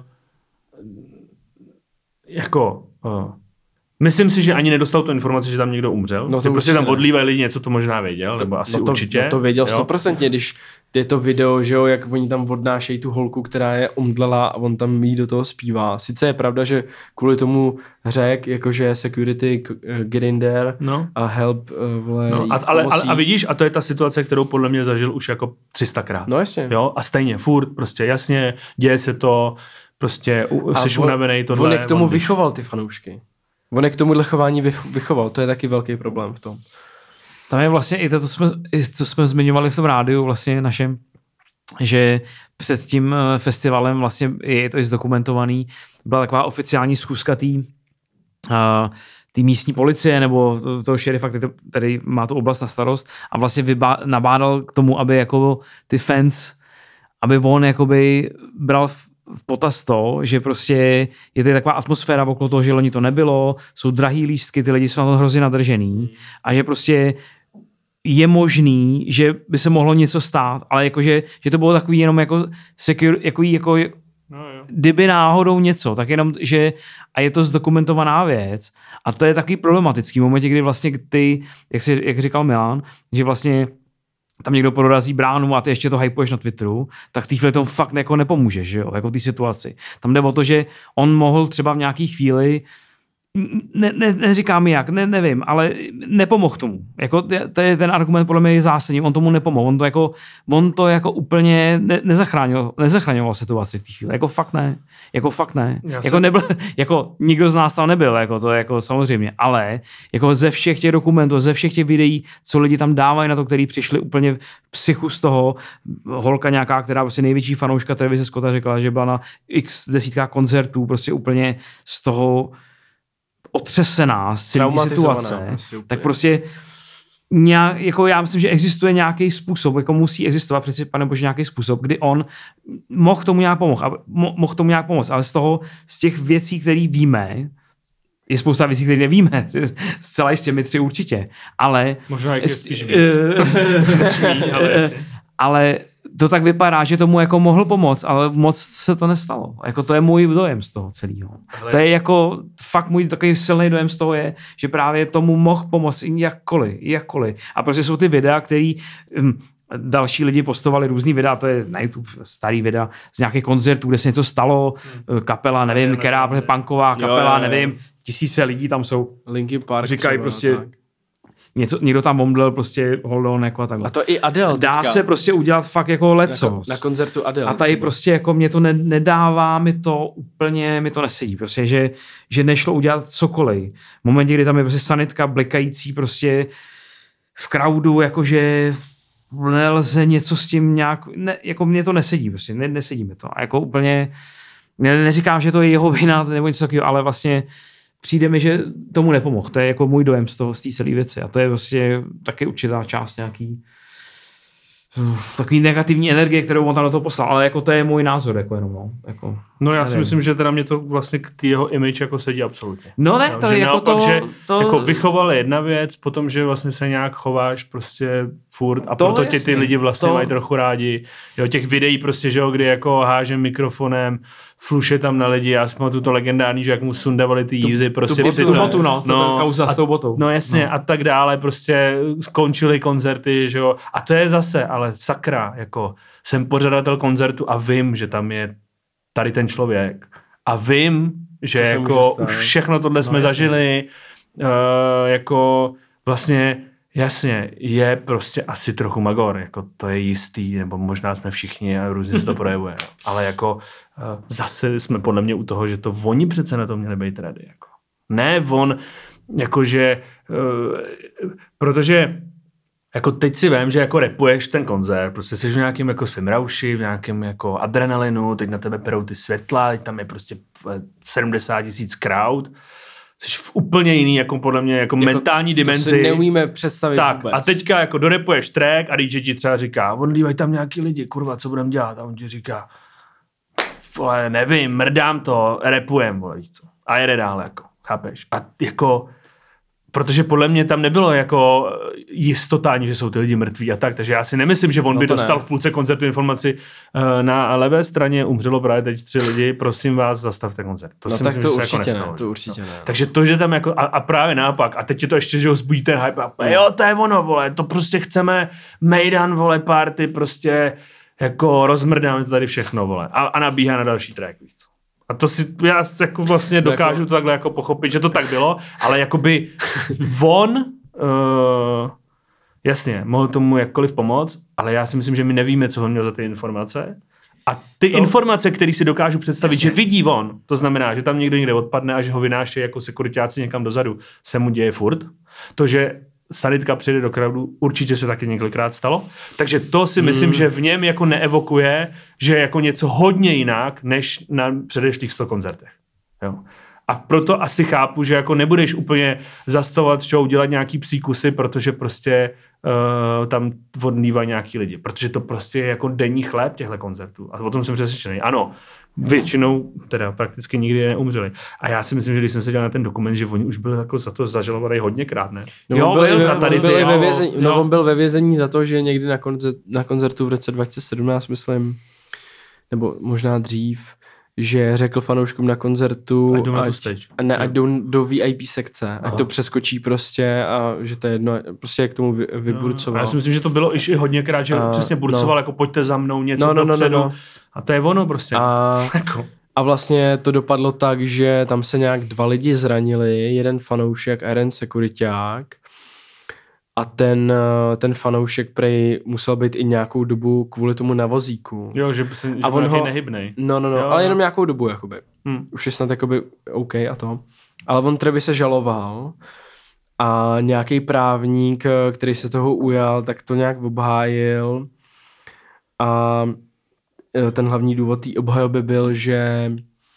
jako uh, myslím si, že ani nedostal tu informaci, že tam někdo umřel. No to prostě tam odlívají lidi, něco to možná věděl, to, nebo asi no to, určitě. No to věděl stoprocentně, když je to video, že jo, jak oni tam odnášejí tu holku, která je omdlela a on tam jí do toho zpívá. Sice je pravda, že kvůli tomu řek, jakože security, get in there no. a help, vole, no, a, ale, ale, a vidíš, a to je ta situace, kterou podle mě zažil už jako tři sta krát. No jasně. Jo, a stejně, furt, prostě jasně, děje se to, prostě jsi unavenej tohle. On je k tomu vychoval ty fanoušky. On je k tomuhle chování vychoval, to je taky velký problém v tom. Tam je vlastně i to, to jsme, to jsme zmiňovali v tom rádiu vlastně našem, že před tím festivalem vlastně je to i zdokumentovaný, byla taková oficiální schůzka té uh, místní policie nebo toho to šerifa, který, který má tu oblast na starost a vlastně vybá, nabádal k tomu, aby jako ty fans, aby on jakoby bral v, v potaz to, že prostě je tady taková atmosféra okolo toho, že loni to nebylo, jsou drahý lístky, ty lidi jsou na to hrozně nadržený a že prostě je možný, že by se mohlo něco stát, ale jakože, že to bylo takový jenom jako secure, jako, jako no, jo. Kdyby náhodou něco, tak jenom, že a je to zdokumentovaná věc a to je takový problematický v momentě, kdy vlastně ty, jak, si, jak říkal Milan, že vlastně tam někdo prorazí bránu a ty ještě to hypuješ na Twitteru, tak v té chvíli tomu fakt jako nepomůžeš, že jo, jako v té situaci. Tam jde o to, že on mohl třeba v nějaký chvíli Ne, ne, neříkám jak, ne, nevím, ale nepomohl tomu. Jako, to je ten argument podle mě je zásadní, on tomu nepomohl. On to jako, on to jako úplně ne, nezachránil, nezachraňoval situaci v té chvíli. Jako fakt ne. Jako fakt ne. Jako, nebyl, jako nikdo z nás tam nebyl, jako to je jako samozřejmě, ale jako ze všech těch dokumentů, ze všech těch videí, co lidi tam dávají na to, který přišli úplně v psychu z toho, holka nějaká, která prostě největší fanouška Travise Scotta řekla, že byla na x desítkách koncertů, prostě úplně z toho otřesená z celé situace, tak prostě nějak, jako já myslím, že existuje nějaký způsob, jako musí existovat přeci, pane bože, nějaký způsob, kdy on mohl tomu nějak pomoct, mohl tomu nějak pomoct, ale z toho, z těch věcí, které víme, je spousta věcí, které nevíme, zcela jistě my tři určitě, ale možná je spíš víc. ale, ale to tak vypadá, že tomu jako mohl pomoct, ale moc se to nestalo. Jako to je můj dojem z toho celého. Ale... To je jako fakt můj takový silný dojem z toho je, že právě tomu mohl pomoct jakkoliv, jakkoliv. A prostě jsou ty videa, které hm, další lidi postovali různý videa, to je na YouTube starý videa z nějakých koncertů, kde se něco stalo, hmm. kapela, nevím, ne, která, ne, punková kapela, jo, jo, jo. nevím, tisíce lidí tam jsou. Linkin Park říkají prostě, tak. něco, někdo tam omdlel prostě hold on jako a takhle. A to i Adele Dá teďka. se prostě udělat fakt jako lecos. Na, na koncertu Adele. A tady třeba. prostě jako mě to ne, nedává, mi to úplně, mi to nesedí. Prostě, že, že nešlo udělat cokoliv. V momentě, kdy tam je prostě sanitka blikající prostě v crowdu, jakože nelze něco s tím nějak, ne, jako mě to nesedí prostě, ne, nesedí mi to. A jako úplně, ne, neříkám, že to je jeho vina nebo něco takového, ale vlastně přijde mi, že tomu nepomohl. To je jako můj dojem z toho, z té celé věci. A to je vlastně taky určitá část nějaký takový negativní energie, kterou on tam do toho poslal, ale jako to je můj názor, jako jenom, no. Jako, No já nevím. si myslím, že teda mě to vlastně k té jeho image jako sedí absolutně. No ne, Jo, to že je jako naopak, to, že to... jako vychoval je jedna věc, potom, že vlastně se nějak chováš prostě furt a To proto tě jasně, ty lidi vlastně to- mají trochu rádi. Jo, těch videí prostě, že jo, kdy jako hážem mikrofonem, fluše tam na lidi, já si pamatuju to legendární, že jak mu sundavali ty jízy prostě tu, při tu tom- botu, no, no kauza a- s tou botou. No jasně, no. A tak dále, prostě skončily koncerty, že jo, a to je zase, ale sakra, jako jsem pořadatel koncertu a vím, že tam je tady ten člověk a vím, že Co se může jako stát. už všechno tohle No, jsme jasně. zažili, uh, jako vlastně jasně, je prostě asi trochu magor, jako to je jistý, nebo možná jsme všichni a různě se to projevuje, no. Ale jako uh, zase jsme podle mě u toho, že to oni přece na to měli být ready, jako. Ne on, jakože, uh, protože jako teď si vím, že jako rapuješ ten koncert, prostě jsi v nějakém jako svým rauši, v nějakém jako adrenalinu, teď na tebe perou ty světla, teď tam je prostě sedmdesát tisíc crowd, jsi v úplně jiný, jako podle mě, jako, jako mentální to dimenzi. si neumíme představit tak, vůbec. a teďka jako dorepuješ track a D J ti třeba říká, on lívají tam nějaký lidi, kurva, co budem dělat? A on ti říká, vole, nevím, mrdám to, repujem, vole, víš co. A jede dál, jako, chápeš? A jako, protože podle mě tam nebylo jako jistota ani, že jsou ty lidi mrtví a tak, takže já si nemyslím, že on No by to dostal ne. v půlce koncertu informaci uh, na levé straně umřelo právě teď tři lidi, prosím vás, zastavte koncert. To No si tak myslím, to že se určitě jako ne, nestalo, to že? určitě ne. Takže to, že tam jako, a, a právě naopak, a teď je to ještě, že ho zbudí ten hype, a jo, to je ono, vole, to prostě chceme Mejdan, vole, party, prostě jako rozmrdáme to tady všechno, vole, a, a nabíhá na další track, víš co. A to si, já jako vlastně dokážu to takhle jako pochopit, že to tak bylo, ale jakoby on, uh, jasně, mohl tomu jakkoliv pomoct, ale já si myslím, že my nevíme, co on měl za ty informace. A ty to... informace, které si dokážu představit, jasně, že vidí on, to znamená, že tam někdo někde odpadne a že ho vynáší jako sekuritáci někam dozadu, se mu děje furt. To, že sanitka přijde do crowdu, určitě se taky několikrát stalo. Takže to si myslím, mm. že v něm jako neevokuje, že je jako něco hodně jinak, než na předešlých sto koncertech. Jo. A proto asi chápu, že jako nebudeš úplně zastavovat show, dělat nějaký psí kusy, protože prostě uh, tam odmývají nějaký lidi. Protože to prostě je jako denní chléb těchto koncertů. A o tom jsem přesvědčený. Ano, většinou, teda prakticky nikdy neumřeli. A já si myslím, že když jsem se dělal na ten dokument, že oni už byli jako za to zažalovaný hodněkrát, ne? No, Jo, on byl, byl za za tady tady byl ty, ve jo, vězení, jo. no, on byl ve vězení za to, že někdy na, koncert, na koncertu v roce dva tisíce sedmnáct, myslím, nebo možná dřív, že řekl fanouškům na koncertu, Ať jdou na tu ať, stage. ne, ať jdou do V I P sekce, ať Aha. to přeskočí prostě a že to je jedno, prostě jak tomu vy, A vyburcoval. já si myslím, že to bylo i hodněkrát, že A, přesně burcoval, no. jako pojďte za mnou, něco No, no, no, dopředu. no, no. A to je ono prostě. A, Jako. a vlastně to dopadlo tak, že tam se nějak dva lidi zranili, jeden fanoušek a jeden sekuriťák. A ten, ten fanoušek prej musel být i nějakou dobu kvůli tomu na vozíku. Jo, že, se, že A byl on nějaký ho- nehybnej. No, no, no, Jo, ale jo. jenom nějakou dobu, jakoby. Hm. Už je snad jakoby OK a to. Ale on Trevi se žaloval a nějaký právník, který se toho ujal, tak to nějak obhájil a ten hlavní důvod té obhajoby byl, že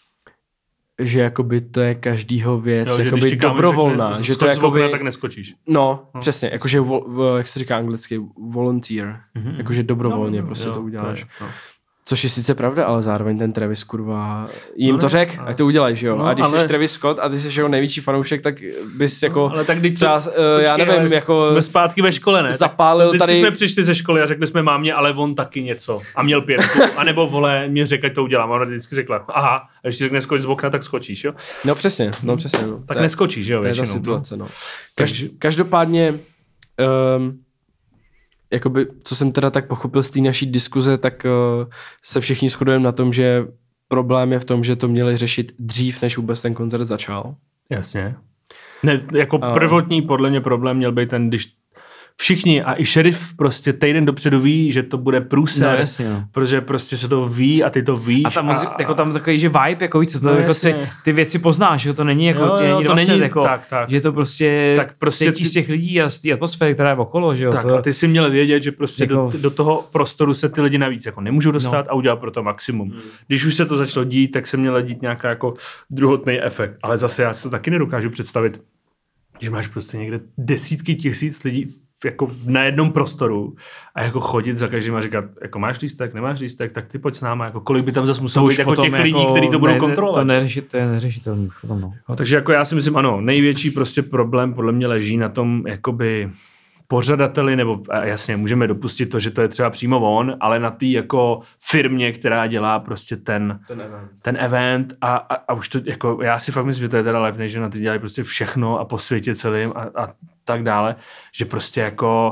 že jakoby to je každýho věc, Jo, že jakoby když ti kámoš dobrovolná. řekne, že skoč to z jakoby, okna, tak neskočíš. no, No. přesně, jakože, vol, v- jak se říká anglicky, volunteer, Mhm. jakože dobrovolně No, prostě jo, to uděláš. je, no. Což je sice pravda, ale zároveň ten Travis kurva jim No to ne, řek, ale- ať to udělají, že jo. No, a když ale- jsi Travis Scott a ty jsi jeho největší fanoušek, tak bys jako No, ale tak teď třeba, to, eh, já nevím, ale jako jsme zpátky ve škole, ne? zapálil tak, vždycky tady- jsme přišli ze školy a řekli jsme mámě, ale on taky něco. A měl pětku. A nebo vole, mě řekl, ať to udělám. A ona vždycky řekla, aha, a když ti řekne skoč z okna, tak skočíš, jo? No přesně, no přesně. No. Tak To je- neskočíš, jo, To je ta většinou. situace, no. Takže- Kaž, každopádně, um, jakoby, co jsem teda tak pochopil z té naší diskuze, tak uh, se všichni shodujeme na tom, že problém je v tom, že to měli řešit dřív, než vůbec ten koncert začal. Jasně. Ne, jako prvotní podle mě problém měl být ten, když všichni a i šerif prostě týden dopředu ví, že to bude průser, no, jasně, no. protože prostě se to ví a ty to víš. A tam, a, jako tam takový, že vibe, jako víc, co to no, jako ty, ty věci poznáš, že to není jako jo, jo, to dvacet, není, jako, tak, tak. že to prostě, tak prostě cítíš ty, z těch lidí a z té atmosféry, která je okolo, že jo. Tak to, a ty si měl vědět, že prostě jako, do, do toho prostoru se ty lidi navíc jako nemůžou dostat no. a udělat pro to maximum. Hmm. Když už se to začalo dít, tak se měl dít nějaká jako druhotný efekt, ale zase já si to taky nedokážu představit, že máš prostě někde desítky tisíc lidí jako na jednom prostoru a jako chodit za každým a říkat, jako máš lístek, nemáš lístek, tak ty pojď s náma, jako kolik by tam zase muselo být jako těch jako lidí, kteří to budou ne, kontrolovat. To, neřešit, to je neřešitelný už potom, no. No, takže jako já si myslím, ano, největší prostě problém podle mě leží na tom jakoby pořadateli, nebo jasně, můžeme dopustit to, že to je třeba přímo on, ale na té jako firmě, která dělá prostě ten, ten event, ten event a, a, a už to, jako já si fakt myslím, že to je teda levné, že na ty dělají prostě všechno a po světě celým a, a tak dále, že prostě jako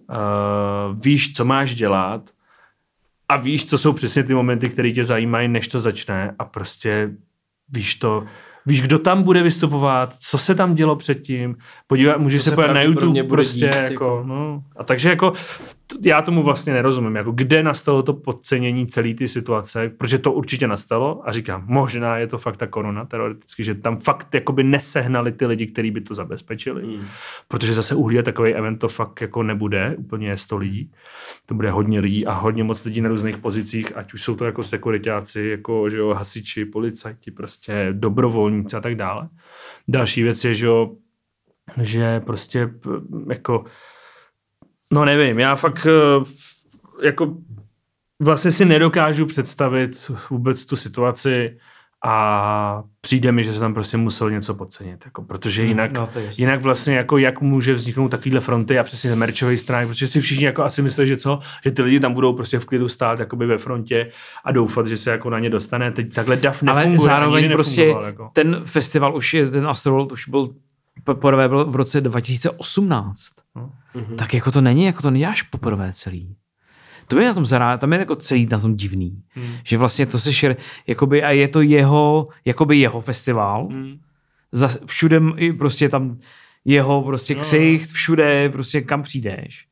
uh, víš, co máš dělat a víš, co jsou přesně ty momenty, které tě zajímají, než to začne a prostě víš to, víš, kdo tam bude vystupovat, co se tam dělo předtím, podívat, můžeš se podívat na YouTube prostě, dít, jako, jako, no. A takže jako, já tomu vlastně nerozumím, jako kde nastalo to podcenění celé ty situace, protože to určitě nastalo a říkám, možná je to fakt ta korona teoreticky, že tam fakt jakoby nesehnali ty lidi, kteří by to zabezpečili, mm. protože zase uhlí takový event to fakt jako nebude, úplně sto lidí, to bude hodně lidí a hodně moc lidí na různých pozicích, ať už jsou to jako sekuritáci, jako že jo, hasiči, policajti, prostě dobrovolníci a tak dále. Další věc je, že jo, že prostě jako no nevím, já fakt jako vlastně si nedokážu představit vůbec tu situaci a přijde mi, že se tam prostě muselo něco podcenit, jako, protože jinak, no, jinak vlastně jako jak může vzniknout takovýhle fronty a přesně merčový stránek, protože si všichni jako asi myslí, že co, že ty lidi tam budou prostě v klidu stát jakoby ve frontě a doufat, že se jako na ně dostane. Teď takhle dav nefunguje. Ale zároveň prostě jako. Ten festival už je, ten Astroworld už byl poprvé byl v roce dva tisíce osmnáct. No. Mm-hmm. Tak jako to není, jako to neděláš poprvé celý. To je na tom zará, tam je jako celý na tom divný. Mm. Že vlastně to se šer, jakoby, a je to jeho, jakoby jeho festival. Mm. Za, všude prostě tam jeho prostě ksicht, všude prostě kam přijdeš.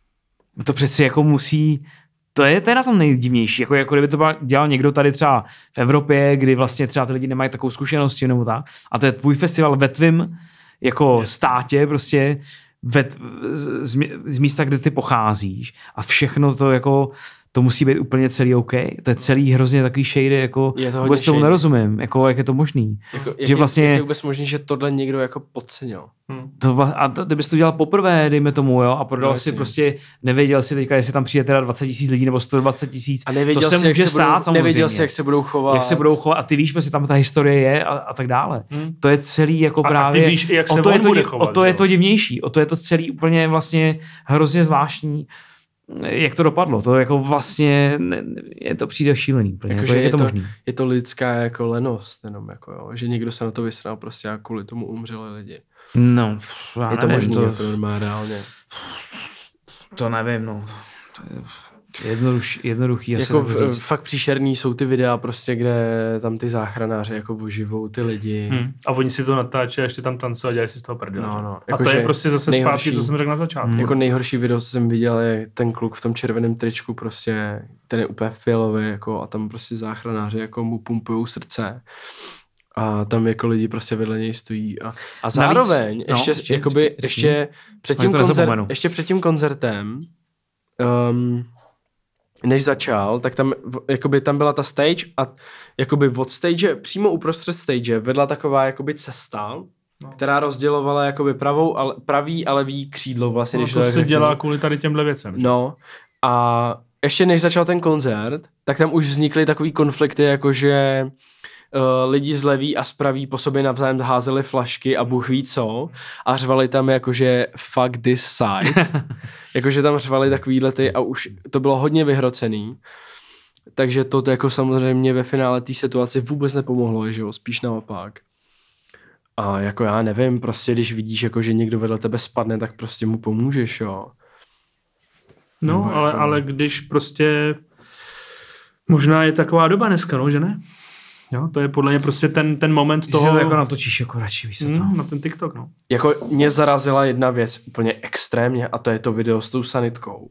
To přeci jako musí, to je, to je na tom nejdivnější. Jako, jako kdyby to dělal někdo tady třeba v Evropě, kdy vlastně třeba ty lidi nemají takovou zkušenost nebo tak. A to je tvůj festival ve tvým jako je. státě prostě ve, z, z místa, kde ty pocházíš a všechno to jako to musí být úplně celý OK. To je celý hrozně takový shady, jako vůbec tomu nerozumím, jako jak je to možný. Jako, že jak, vlastně, jak je vůbec možný, že tohle někdo jako podcenil? Hmm. To, a to, kdybys to dělal poprvé, dejme tomu, jo, a prodal no, si prostě, nevěděl si teďka, jestli tam přijde teda dvacet tisíc lidí nebo sto dvacet tisíc. A nevěděl to se si, může jak se stát budou, samozřejmě. Nevěděl si, jak se budou chovat. Jak se budou chovat a ty víš, prostě tam ta historie je a, a tak dále. Hmm. To je celý jako a, právě, a ty víš, jak se o to, je to, chovat, o to je to divnější, o to je to celý úplně vlastně hrozně zvláštní. Jak to dopadlo, to jako vlastně ne, je to přijde šílený. Jako, jako, je, je to, to možný. Je to lidská jako lenost, jenom jako jo, že někdo se na to vysral prostě a kvůli tomu umřeli lidi. No, já je to nevím, možný to, jako normálně reálně. To nevím, no. To je jednoduš, jednoduchý. Jako v, fakt příšerný jsou ty videa prostě, kde tam ty záchranáři jako oživou ty lidi. Hmm. A oni si to natáčí a ještě tam tancují a dělají si z toho prdel. No, no. Jako a to je prostě zase nejhorší, zpátky, co jsem řekl na začátku. Hmm. Jako nejhorší video, co jsem viděl, je ten kluk v tom červeném tričku prostě, ten je úplně fialový jako, a tam prostě záchranáři jako mu pumpujou srdce. A tam jako lidi prostě vedle něj stojí. A, a zároveň, Navíc, ještě, no, ještě, jakoby, ještě, před tím koncert, ještě před tím koncertem um, než začal, tak tam, jakoby, tam byla ta stage a jakoby od stage, přímo uprostřed stage vedla taková jakoby cesta, no. která rozdělovala jakoby pravou, ale, pravý a levý křídlo vlastně. No, když to se řeknu. dělá kvůli tady těmhle věcem. Že? No a ještě než začal ten koncert, tak tam už vznikly takový konflikty, jakože uh, lidi z levý a z pravý po sobě navzájem házeli flašky a Bůh ví co a řvali tam jakože fuck this side. Jakože tam řvali takovýhle ty a už to bylo hodně vyhrocený. Takže to jako samozřejmě ve finále té situaci vůbec nepomohlo, že jo, spíš naopak. A jako já nevím, prostě když vidíš, jako, že někdo vedle tebe spadne, tak prostě mu pomůžeš, jo. No, no ale, jako... ale když prostě možná je taková doba dneska, no, že ne? Jo, to je podle mě prostě ten, ten moment Ty toho... si to jako natočíš jako radši, víš co to. Hmm, na ten TikTok, no. Jako mě zarazila jedna věc úplně extrémně a to je to video s tou sanitkou.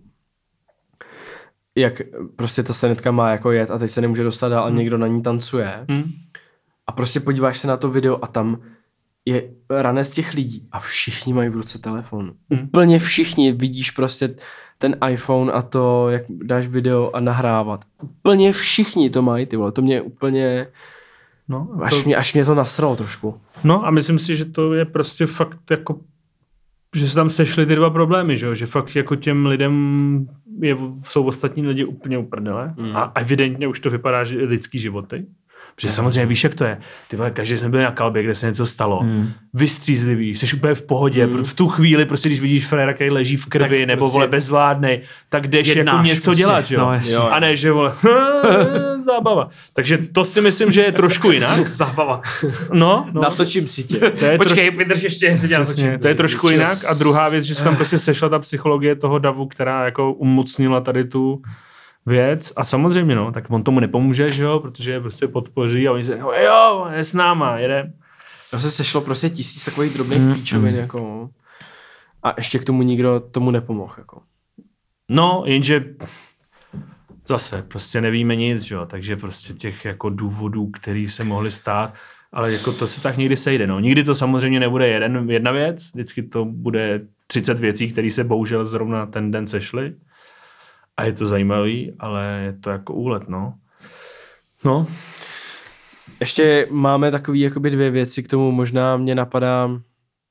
Jak prostě ta sanitka má jako jet a teď se nemůže dostat dál a Hmm. někdo na ní tancuje. Hmm. A prostě podíváš se na to video a tam je ranec těch lidí a všichni mají v ruce telefon. Hmm. Úplně všichni, vidíš prostě ten iPhone a to, jak dáš video a nahrávat. Úplně všichni to mají, ty vole, to mě úplně, No, a až, to, mě, až mě to nasralo trošku. no a myslím si, že to je prostě fakt jako, že se tam sešly ty dva problémy, že, jo? Že fakt jako těm lidem je, jsou ostatní lidi úplně uprdele Mm. a evidentně už to vypadá, že lidský životy. Protože samozřejmě víš, jak to je. Ty vole, každý jsme byli na kalbě, kde se něco stalo. Hmm. Vystřízlivý, jsi úplně v pohodě. Mm. V tu chvíli, prostě, když vidíš fréra, který leží v krvi, Tak nebo prostě vole bezvládnej, tak jdeš jednáš jako něco prostě. dělat, že jo? No, jasně. Jo. A ne, že vole, zábava. Takže to si myslím, že je trošku jinak. Zábava. No, no. Natočím si tě. To je Počkej, vydrž ještě, jestli dělám Přesně, to je trošku jinak. A druhá věc, že se tam prostě sešla ta psychologie toho davu, která jako umocnila tady tu věc. A samozřejmě, no, tak on tomu nepomůže, že jo, protože je prostě podpoří a oni se, no, jo, je s náma, jede. To se sešlo prostě tisíc takových drobných Mm, píčovin, mm. jako. A ještě k tomu nikdo tomu nepomohl, jako. No, jenže zase prostě nevíme nic, že jo, takže prostě těch jako důvodů, který se mohly stát, ale jako to se tak někdy sejde, no. Nikdy to samozřejmě nebude jeden, jedna věc, vždycky to bude třicet věcí, které se bohužel zrovna ten den sešly. A je to zajímavý, ale je to jako úlet, no. No. Ještě máme takový jakoby dvě věci k tomu, možná mě napadá uh,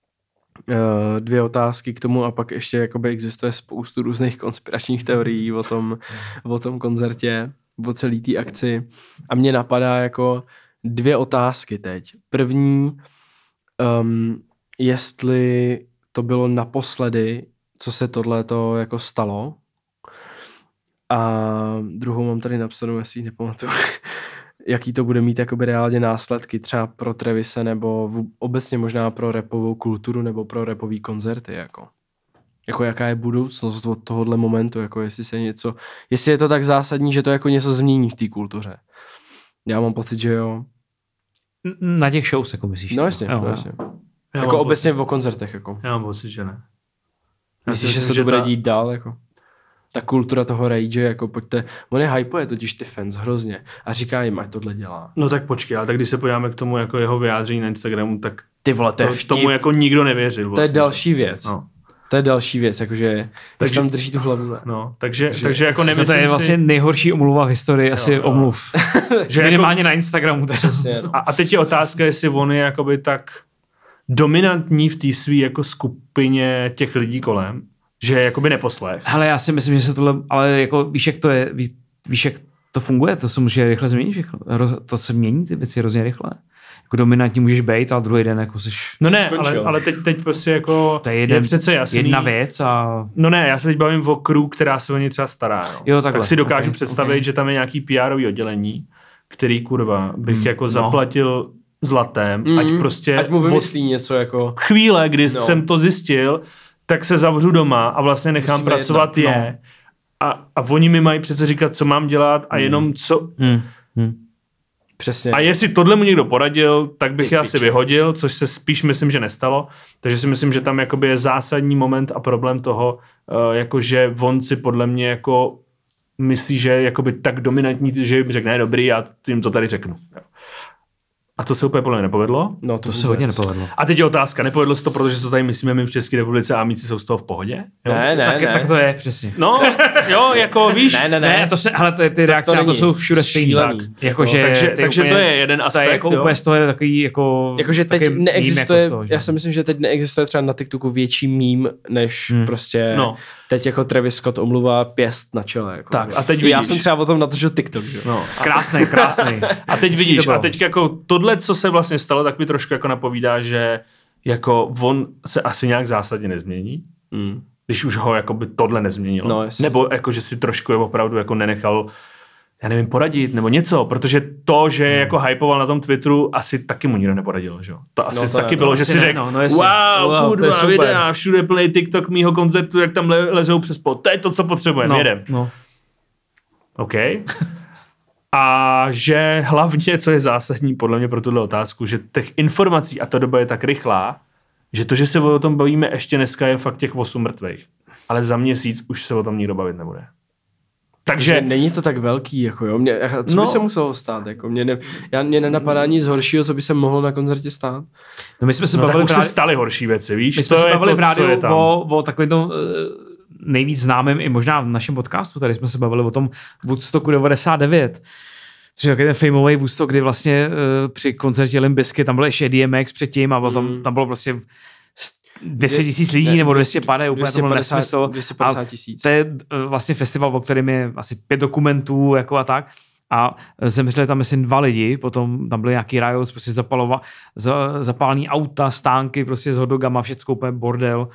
dvě otázky k tomu a pak ještě jakoby existuje spoustu různých konspiračních teorií o tom, o tom koncertě, o celý té akci a mě napadá jako dvě otázky teď. První, um, jestli to bylo naposledy, co se tohleto jako stalo, a druhou mám tady napsanou, jestli ji nepamatuju, jaký to bude mít jakoby reálně následky třeba pro Travise nebo v, obecně možná pro rapovou kulturu nebo pro rapový koncerty, jako. Jako jaká je budoucnost od tohohle momentu, jako jestli se něco, jestli je to tak zásadní, že to jako něco změní v té kultuře. Já mám pocit, že jo. Na těch shows, jako myslíš? No jasně, Jo, no jo. jasně. Já Jako mám obecně o koncertech, jako. Já mám pocit, že ne. Já Myslíš, si že se myslím, to bude ta- dít dál, jako? Ta kultura toho rage, jako pojďte, on je hypuje totiž ty fans hrozně a říká jim, ať tohle dělá. No tak počkej, ale tak když se podíváme k tomu jako jeho vyjádření na Instagramu, tak Ty vole, to, to, je vtip. tomu jako nikdo nevěřil. To Vlastně. je další věc. No. To je další věc, jakože takže Takže- tam drží tu hlavu. Ne? No, takže, Že- takže jako No nemyslím to je si, vlastně nejhorší omluva v historii, asi jo. omluv. že Minimálně jako, na Instagramu teda. Přesně. a, a teď je otázka, jestli on je jakoby tak dominantní v té svý jako skupině těch lidí kolem, že je jakoby neposlech. Hele, já si myslím, že se tohle, ale jako víš, jak to je, ví, víš, jak to funguje, to se může rychle změnit všechno. Roz- To se mění ty věci hrozně rychle. Jako dominantní můžeš být, ale druhý den jako seš... No ne, skončil. ale, ale teď, teď prostě jako To je jeden- je přece jasný. Jedna věc a... No ne, já se teď bavím o crew, která se o ně třeba stará. No. Jo, takhle. Tak si dokážu Ok, představit, ok. že tam je nějaký P R ový oddělení, který kurva bych Hmm, jako no. zaplatil zlatem, mm, ať prostě Ať mu od vymyslí něco jako... chvíle, kdy No. jsem to zjistil, tak se zavřu doma a vlastně nechám Musíme pracovat jednat, je. A, a oni mi mají přece říkat, co mám dělat a jenom co... Hmm. Hmm. Přesně. A jestli tohle mu někdo poradil, tak bych Ty je asi piče. vyhodil, což se spíš myslím, že nestalo. Takže si myslím, že tam jakoby je zásadní moment a problém toho, uh, jako že on si podle mě jako myslí, že je jakoby tak dominantní, že jim řekne, dobrý, já jim to tady řeknu. A to se úplně podle mě nepovedlo. No, To to se hodně nepovedlo. A teď je otázka, nepovedlo se to, protože to tady myslíme my v České republice a amíci jsou z toho v pohodě? Jo? Ne, ne, tak, ne. tak to je, přesně. No, jo, jako víš. Ne, ne, ne. Ne, to se, hele, to je, ty reakce to na to není. jsou všude stejný. Šílený. Tak, jakože, takže ty takže úplně, to je jeden to je aspekt. jako jo? úplně z toho je takový jako... Jakože teď takový meme neexistuje, jako z toho, že? já si myslím, že teď neexistuje třeba na TikToku větší meme, než Hmm. prostě No. teď jako Travis Scott omluva pěst na čele. Jako. Tak, a teď Já vidíš. jsem třeba o tom natočil TikTok, že? No, a Krásný, krásný. A teď Hezký vidíš, to bylo. a teď jako tohle, co se vlastně stalo, tak mi trošku jako napovídá, že jako on se asi nějak zásadně nezmění, Mm. když už ho jako by tohle nezměnilo. No, jasně. Nebo jako, že si trošku je opravdu jako nenechal, já nevím, poradit nebo něco, protože to, že je jako hypoval na tom Twitteru, asi taky mu nikdo neporadil, že jo. To asi to taky ne, bylo, to že asi si ne, řekl, no, no jasně. wow, Wow, to je kurva, super. videa, všude plný TikTok mýho koncertu, jak tam le- lezou přes pod, to je to, co potřebujeme, no, jedem. no. OK. A že hlavně, co je zásadní podle mě pro tuhle otázku, že těch informací, a ta doba je tak rychlá, že to, že se o tom bavíme ještě dneska, je fakt těch osm mrtvých. Ale za měsíc už se o tom nikdo bavit nebude. Takže že není to tak velký, jako jo. Mě, co no, by se muselo stát? Jako mě, ne, já, mě nenapadá nic horšího, co by se mohlo na koncertě stát. No my jsme se no, bavili tak už právě... se staly horší věci, víš? My jsme to se je bavili to, v rádiu o, o takovém tom nejvíc známém i možná v našem podcastu, tady jsme se bavili o tom Woodstocku devadesát devět, což je takový ten fameový Woodstock, kdy vlastně uh, při koncertě Limp Bizkit, tam byl ještě D M X předtím a tam, mm. tam bylo prostě dvě stě tisíc lidí ne, nebo dvě stě padé, úplně to byl nesmysl. dvě stě padesát tisíc. To je vlastně festival, o kterém je asi pět dokumentů jako a tak. A zemřeli tam myslím dva lidi, potom tam byly nějaký riots, prostě zapalova, za, zapálný auta, stánky, prostě s hotdogama, všecko úplně bordel.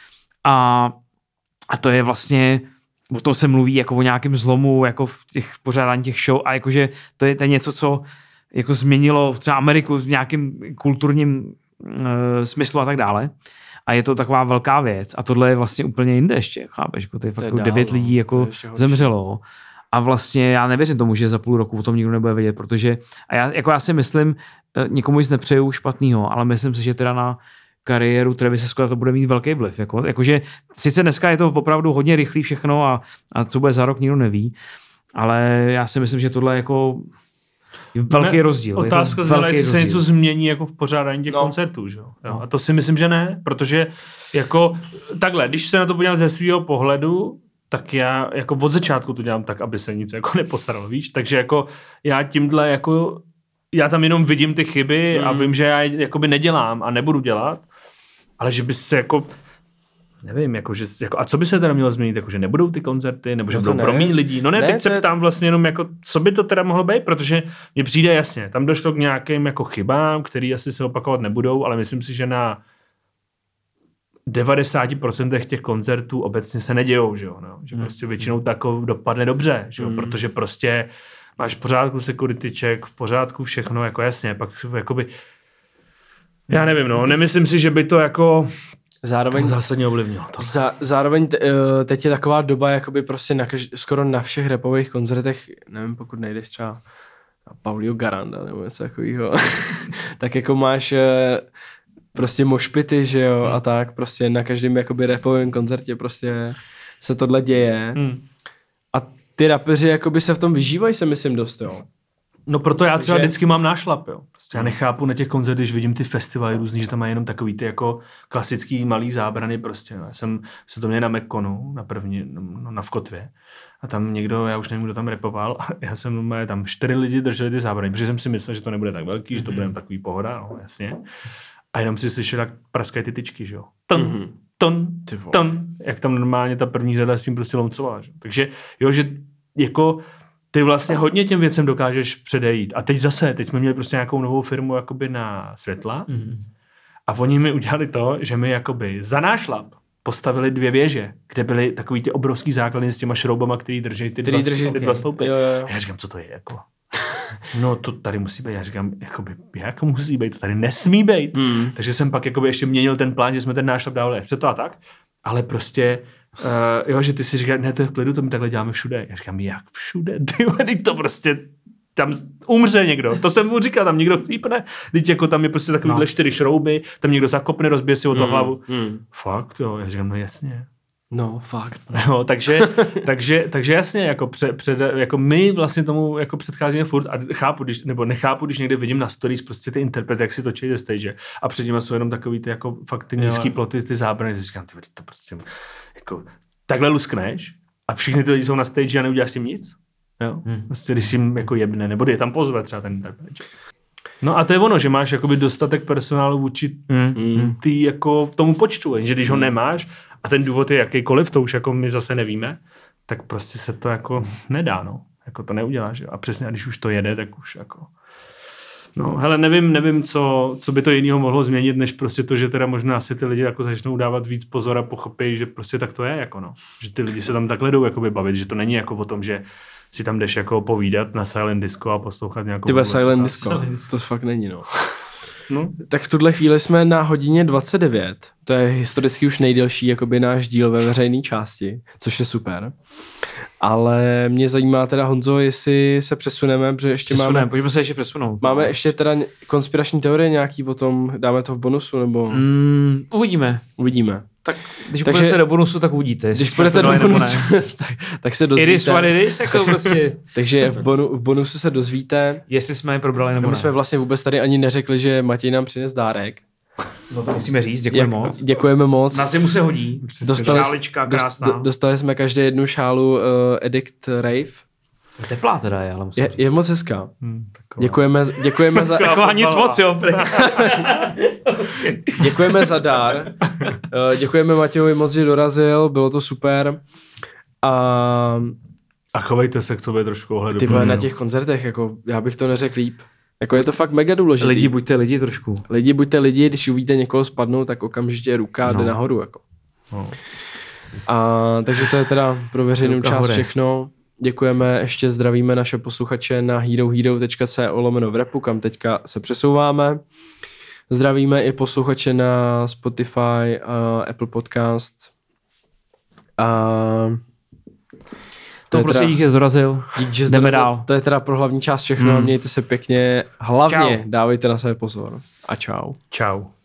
A, a to je vlastně, o tom se mluví jako o nějakém zlomu, jako v těch pořádání těch show a jakože to je, to je něco, co jako změnilo třeba Ameriku v nějakém kulturním uh, smyslu a tak dále. A je to taková velká věc. A tohle je vlastně úplně jinde ještě, chápeš? Jako to je fakt jako devět lidí jako zemřelo. A vlastně já nevěřím tomu, že za půl roku o tom nikdo nebude vědět, protože a já, jako já si myslím, nikomu nic nepřeju špatného, ale myslím si, že teda na kariéru Travise Scotta to bude mít velký vliv. Jako, jakože sice dneska je to opravdu hodně rychlý všechno a, a co bude za rok, nikdo neví, ale já si myslím, že tohle je jako velký ne, rozdíl. Otázka zněla, jestli rozdíl. Se něco změní jako v pořádání těch no. koncertů. Že? Jo. A to si myslím, že ne, protože jako takhle, když se na to podívám ze svého pohledu, tak já jako od začátku to dělám tak, aby se nic jako neposralo, víš? Takže jako já tímhle jako, já tam jenom vidím ty chyby mm. a vím, že já je jakoby nedělám a nebudu dělat, ale že by se jako, nevím, jako, že, jako, a co by se teda mělo změnit, jako, že nebudou ty koncerty, nebo že no budou pro méně lidí, no ne, ne teď se ptám vlastně jenom, jako, co by to teda mohlo být, protože mně přijde jasně, tam došlo k nějakým jako chybám, které asi se opakovat nebudou, ale myslím si, že na devadesát procent těch koncertů obecně se nedějou, že jo, no? Že mm. prostě většinou tako dopadne dobře, že jo, mm. protože prostě máš v pořádku security check, v pořádku všechno, jako jasně, pak jakoby, já nevím, no, nemyslím si, že by to jako zároveň zásadně ovlivnilo to. Za, zároveň te, teď je taková doba, jakoby prostě na kaž, skoro na všech rapových koncertech, nevím, pokud nejdeš třeba na Paulio Garanda nebo něco takového, tak jako máš prostě mošpity, že jo, hmm. a tak, prostě na každém jakoby rapovém koncertě prostě se tohle děje. Hmm. A ty rapeři jakoby se v tom vyžívají, se myslím dost, jo. No proto já třeba Takže... vždycky mám nášlap, jo. Prostě já nechápu na těch koncertech, když vidím ty festivaly různý, že tam mají jenom takový ty jako klasický malý zábrany prostě. No. Já jsem se to měl na Mekonu, na první, no, na Vkotvě. A tam někdo, já už nevím, kdo tam repoval, a já jsem tam čtyři lidi drželi ty zábrany, protože jsem si myslel, že to nebude tak velký, mm-hmm. že to bude takový pohoda, no, jasně. A jenom si slyšel, jak praskají ty tyčky, že jo. Ton, mm-hmm. ton, ton, jak tam normálně ta první řada s tím prostě lomcovala, že? Takže jo, že jako ty vlastně hodně těm věcem dokážeš předejít. A teď zase, teď jsme měli prostě nějakou novou firmu jakoby na světla mm-hmm. a oni mi udělali to, že mi jakoby za náš lap postavili dvě věže, kde byly takový ty obrovský základy s těma šroubama, který drží ty který dva, drží, ty okay. dva sloupy. Jo, jo. A já říkám, co to je jako? No to tady musí být, já říkám, jakoby, jak musí být, to tady nesmí být. Mm. Takže jsem pak jakoby ještě měnil ten plán, že jsme ten náš lap dávali před to a tak, ale prostě Uh, jo, že ty si říkáš, ne, to je v klidu, to my takhle děláme všude. Já říkám, jak všude? Ty to prostě, tam umře někdo. To jsem mu říkal, tam někdo chýpne. Teď jako tam je prostě takovýhle no. čtyři šrouby, tam někdo zakopne, rozbije si o to mm, hlavu. Mm. Fakt, jo, já říkám, no jasně. No, fakt. No, takže, takže, takže jasně, jako, před, před, jako my vlastně tomu jako předcházíme furt a chápu, když, nebo nechápu, když někde vidím na stories prostě ty interprety, jak si točí ze stage a před nimi jsou jenom takový ty jako fakt ty nízký ploty, ty zábrany, si říkám, ty to prostě jako takhle luskneš a všichni ty lidi jsou na stage a neuděláš s tím nic. Jo? Hmm. Prostě když jim jako jebne, nebo je tam pozve třeba ten interpret. No a to je ono, že máš jakoby dostatek personálu vůči hmm. ty jako tomu počtu, že když ho nemáš a ten důvod je jakýkoliv, to už jako my zase nevíme, tak prostě se to jako nedá, no. Jako to neuděláš. A přesně, a když už to jede, tak už jako no, hele, nevím, nevím, co, co by to jiného mohlo změnit, než prostě to, že teda možná si ty lidi jako začnou dávat víc pozor a pochopí, že prostě tak to je, jako no. Že ty lidi se tam takhle jdou jakoby bavit, že to není jako o tom, že si tam jdeš jako povídat na silent disco a poslouchat nějakou... Tyhle silent disco, to fakt není, no. No. Tak v tuhle chvíli jsme na hodině dvacet devět. To je historicky už nejdelší jakoby náš díl ve veřejné části, což je super. Ale mě zajímá teda, Honzo, jestli se přesuneme, protože ještě Přesuneme, máme... pojďme se ještě přesunout. Máme ještě teda konspirační teorie nějaký o tom, dáme to v bonusu, nebo... Mm, uvidíme. Uvidíme. Tak když Takže- budete do bonusu, tak uvidíte. jestli Když jsme budete to do dali nebo bonusu, ne. tak, tak se It is what dozvíte. it is, jako prostě, Takže v, bonu, v bonusu se dozvíte. jestli jsme je probrali nebo My ne. jsme vlastně vůbec tady ani neřekli, že Matěj nám přines dárek. No to musíme říct, děkujeme Jak- moc. Děkujeme moc. Na zimu se hodí. Dostali, Šálička dost, krásná. do- dostali jsme každé jednu šálu uh, Edict Rave. Teplá teda je, ale musím Je, říct. je moc hezká. Hmm, taková. Děkujeme, děkujeme, za, Taková nic moc, jo. děkujeme za dár. Uh, děkujeme Matějovi moc, že dorazil, bylo to super. A A chovejte se k sobě trošku ohledu. ty vole, na těch koncertech, jako, já bych to neřekl líp. Jako je to fakt mega důležitý. Lidi, buďte lidi trošku. Lidi, buďte lidi, když uvidíte někoho spadnout, tak okamžitě ruka No. jde nahoru. Jako. No. A, takže to je teda pro veřejnou Ruka část hore. všechno. Děkujeme, ještě zdravíme naše posluchače na herohero tečka co lomeno v repu, kam teďka se přesouváme. Zdravíme i posluchače na Spotify, a Apple Podcast. A To prostě díky, že dorazil. dík, že Jdeme jste- dál. To je teda pro hlavní část všechno. Hmm. Mějte se pěkně. Hlavně Čau. dávejte na sebe pozor. A čau. Čau.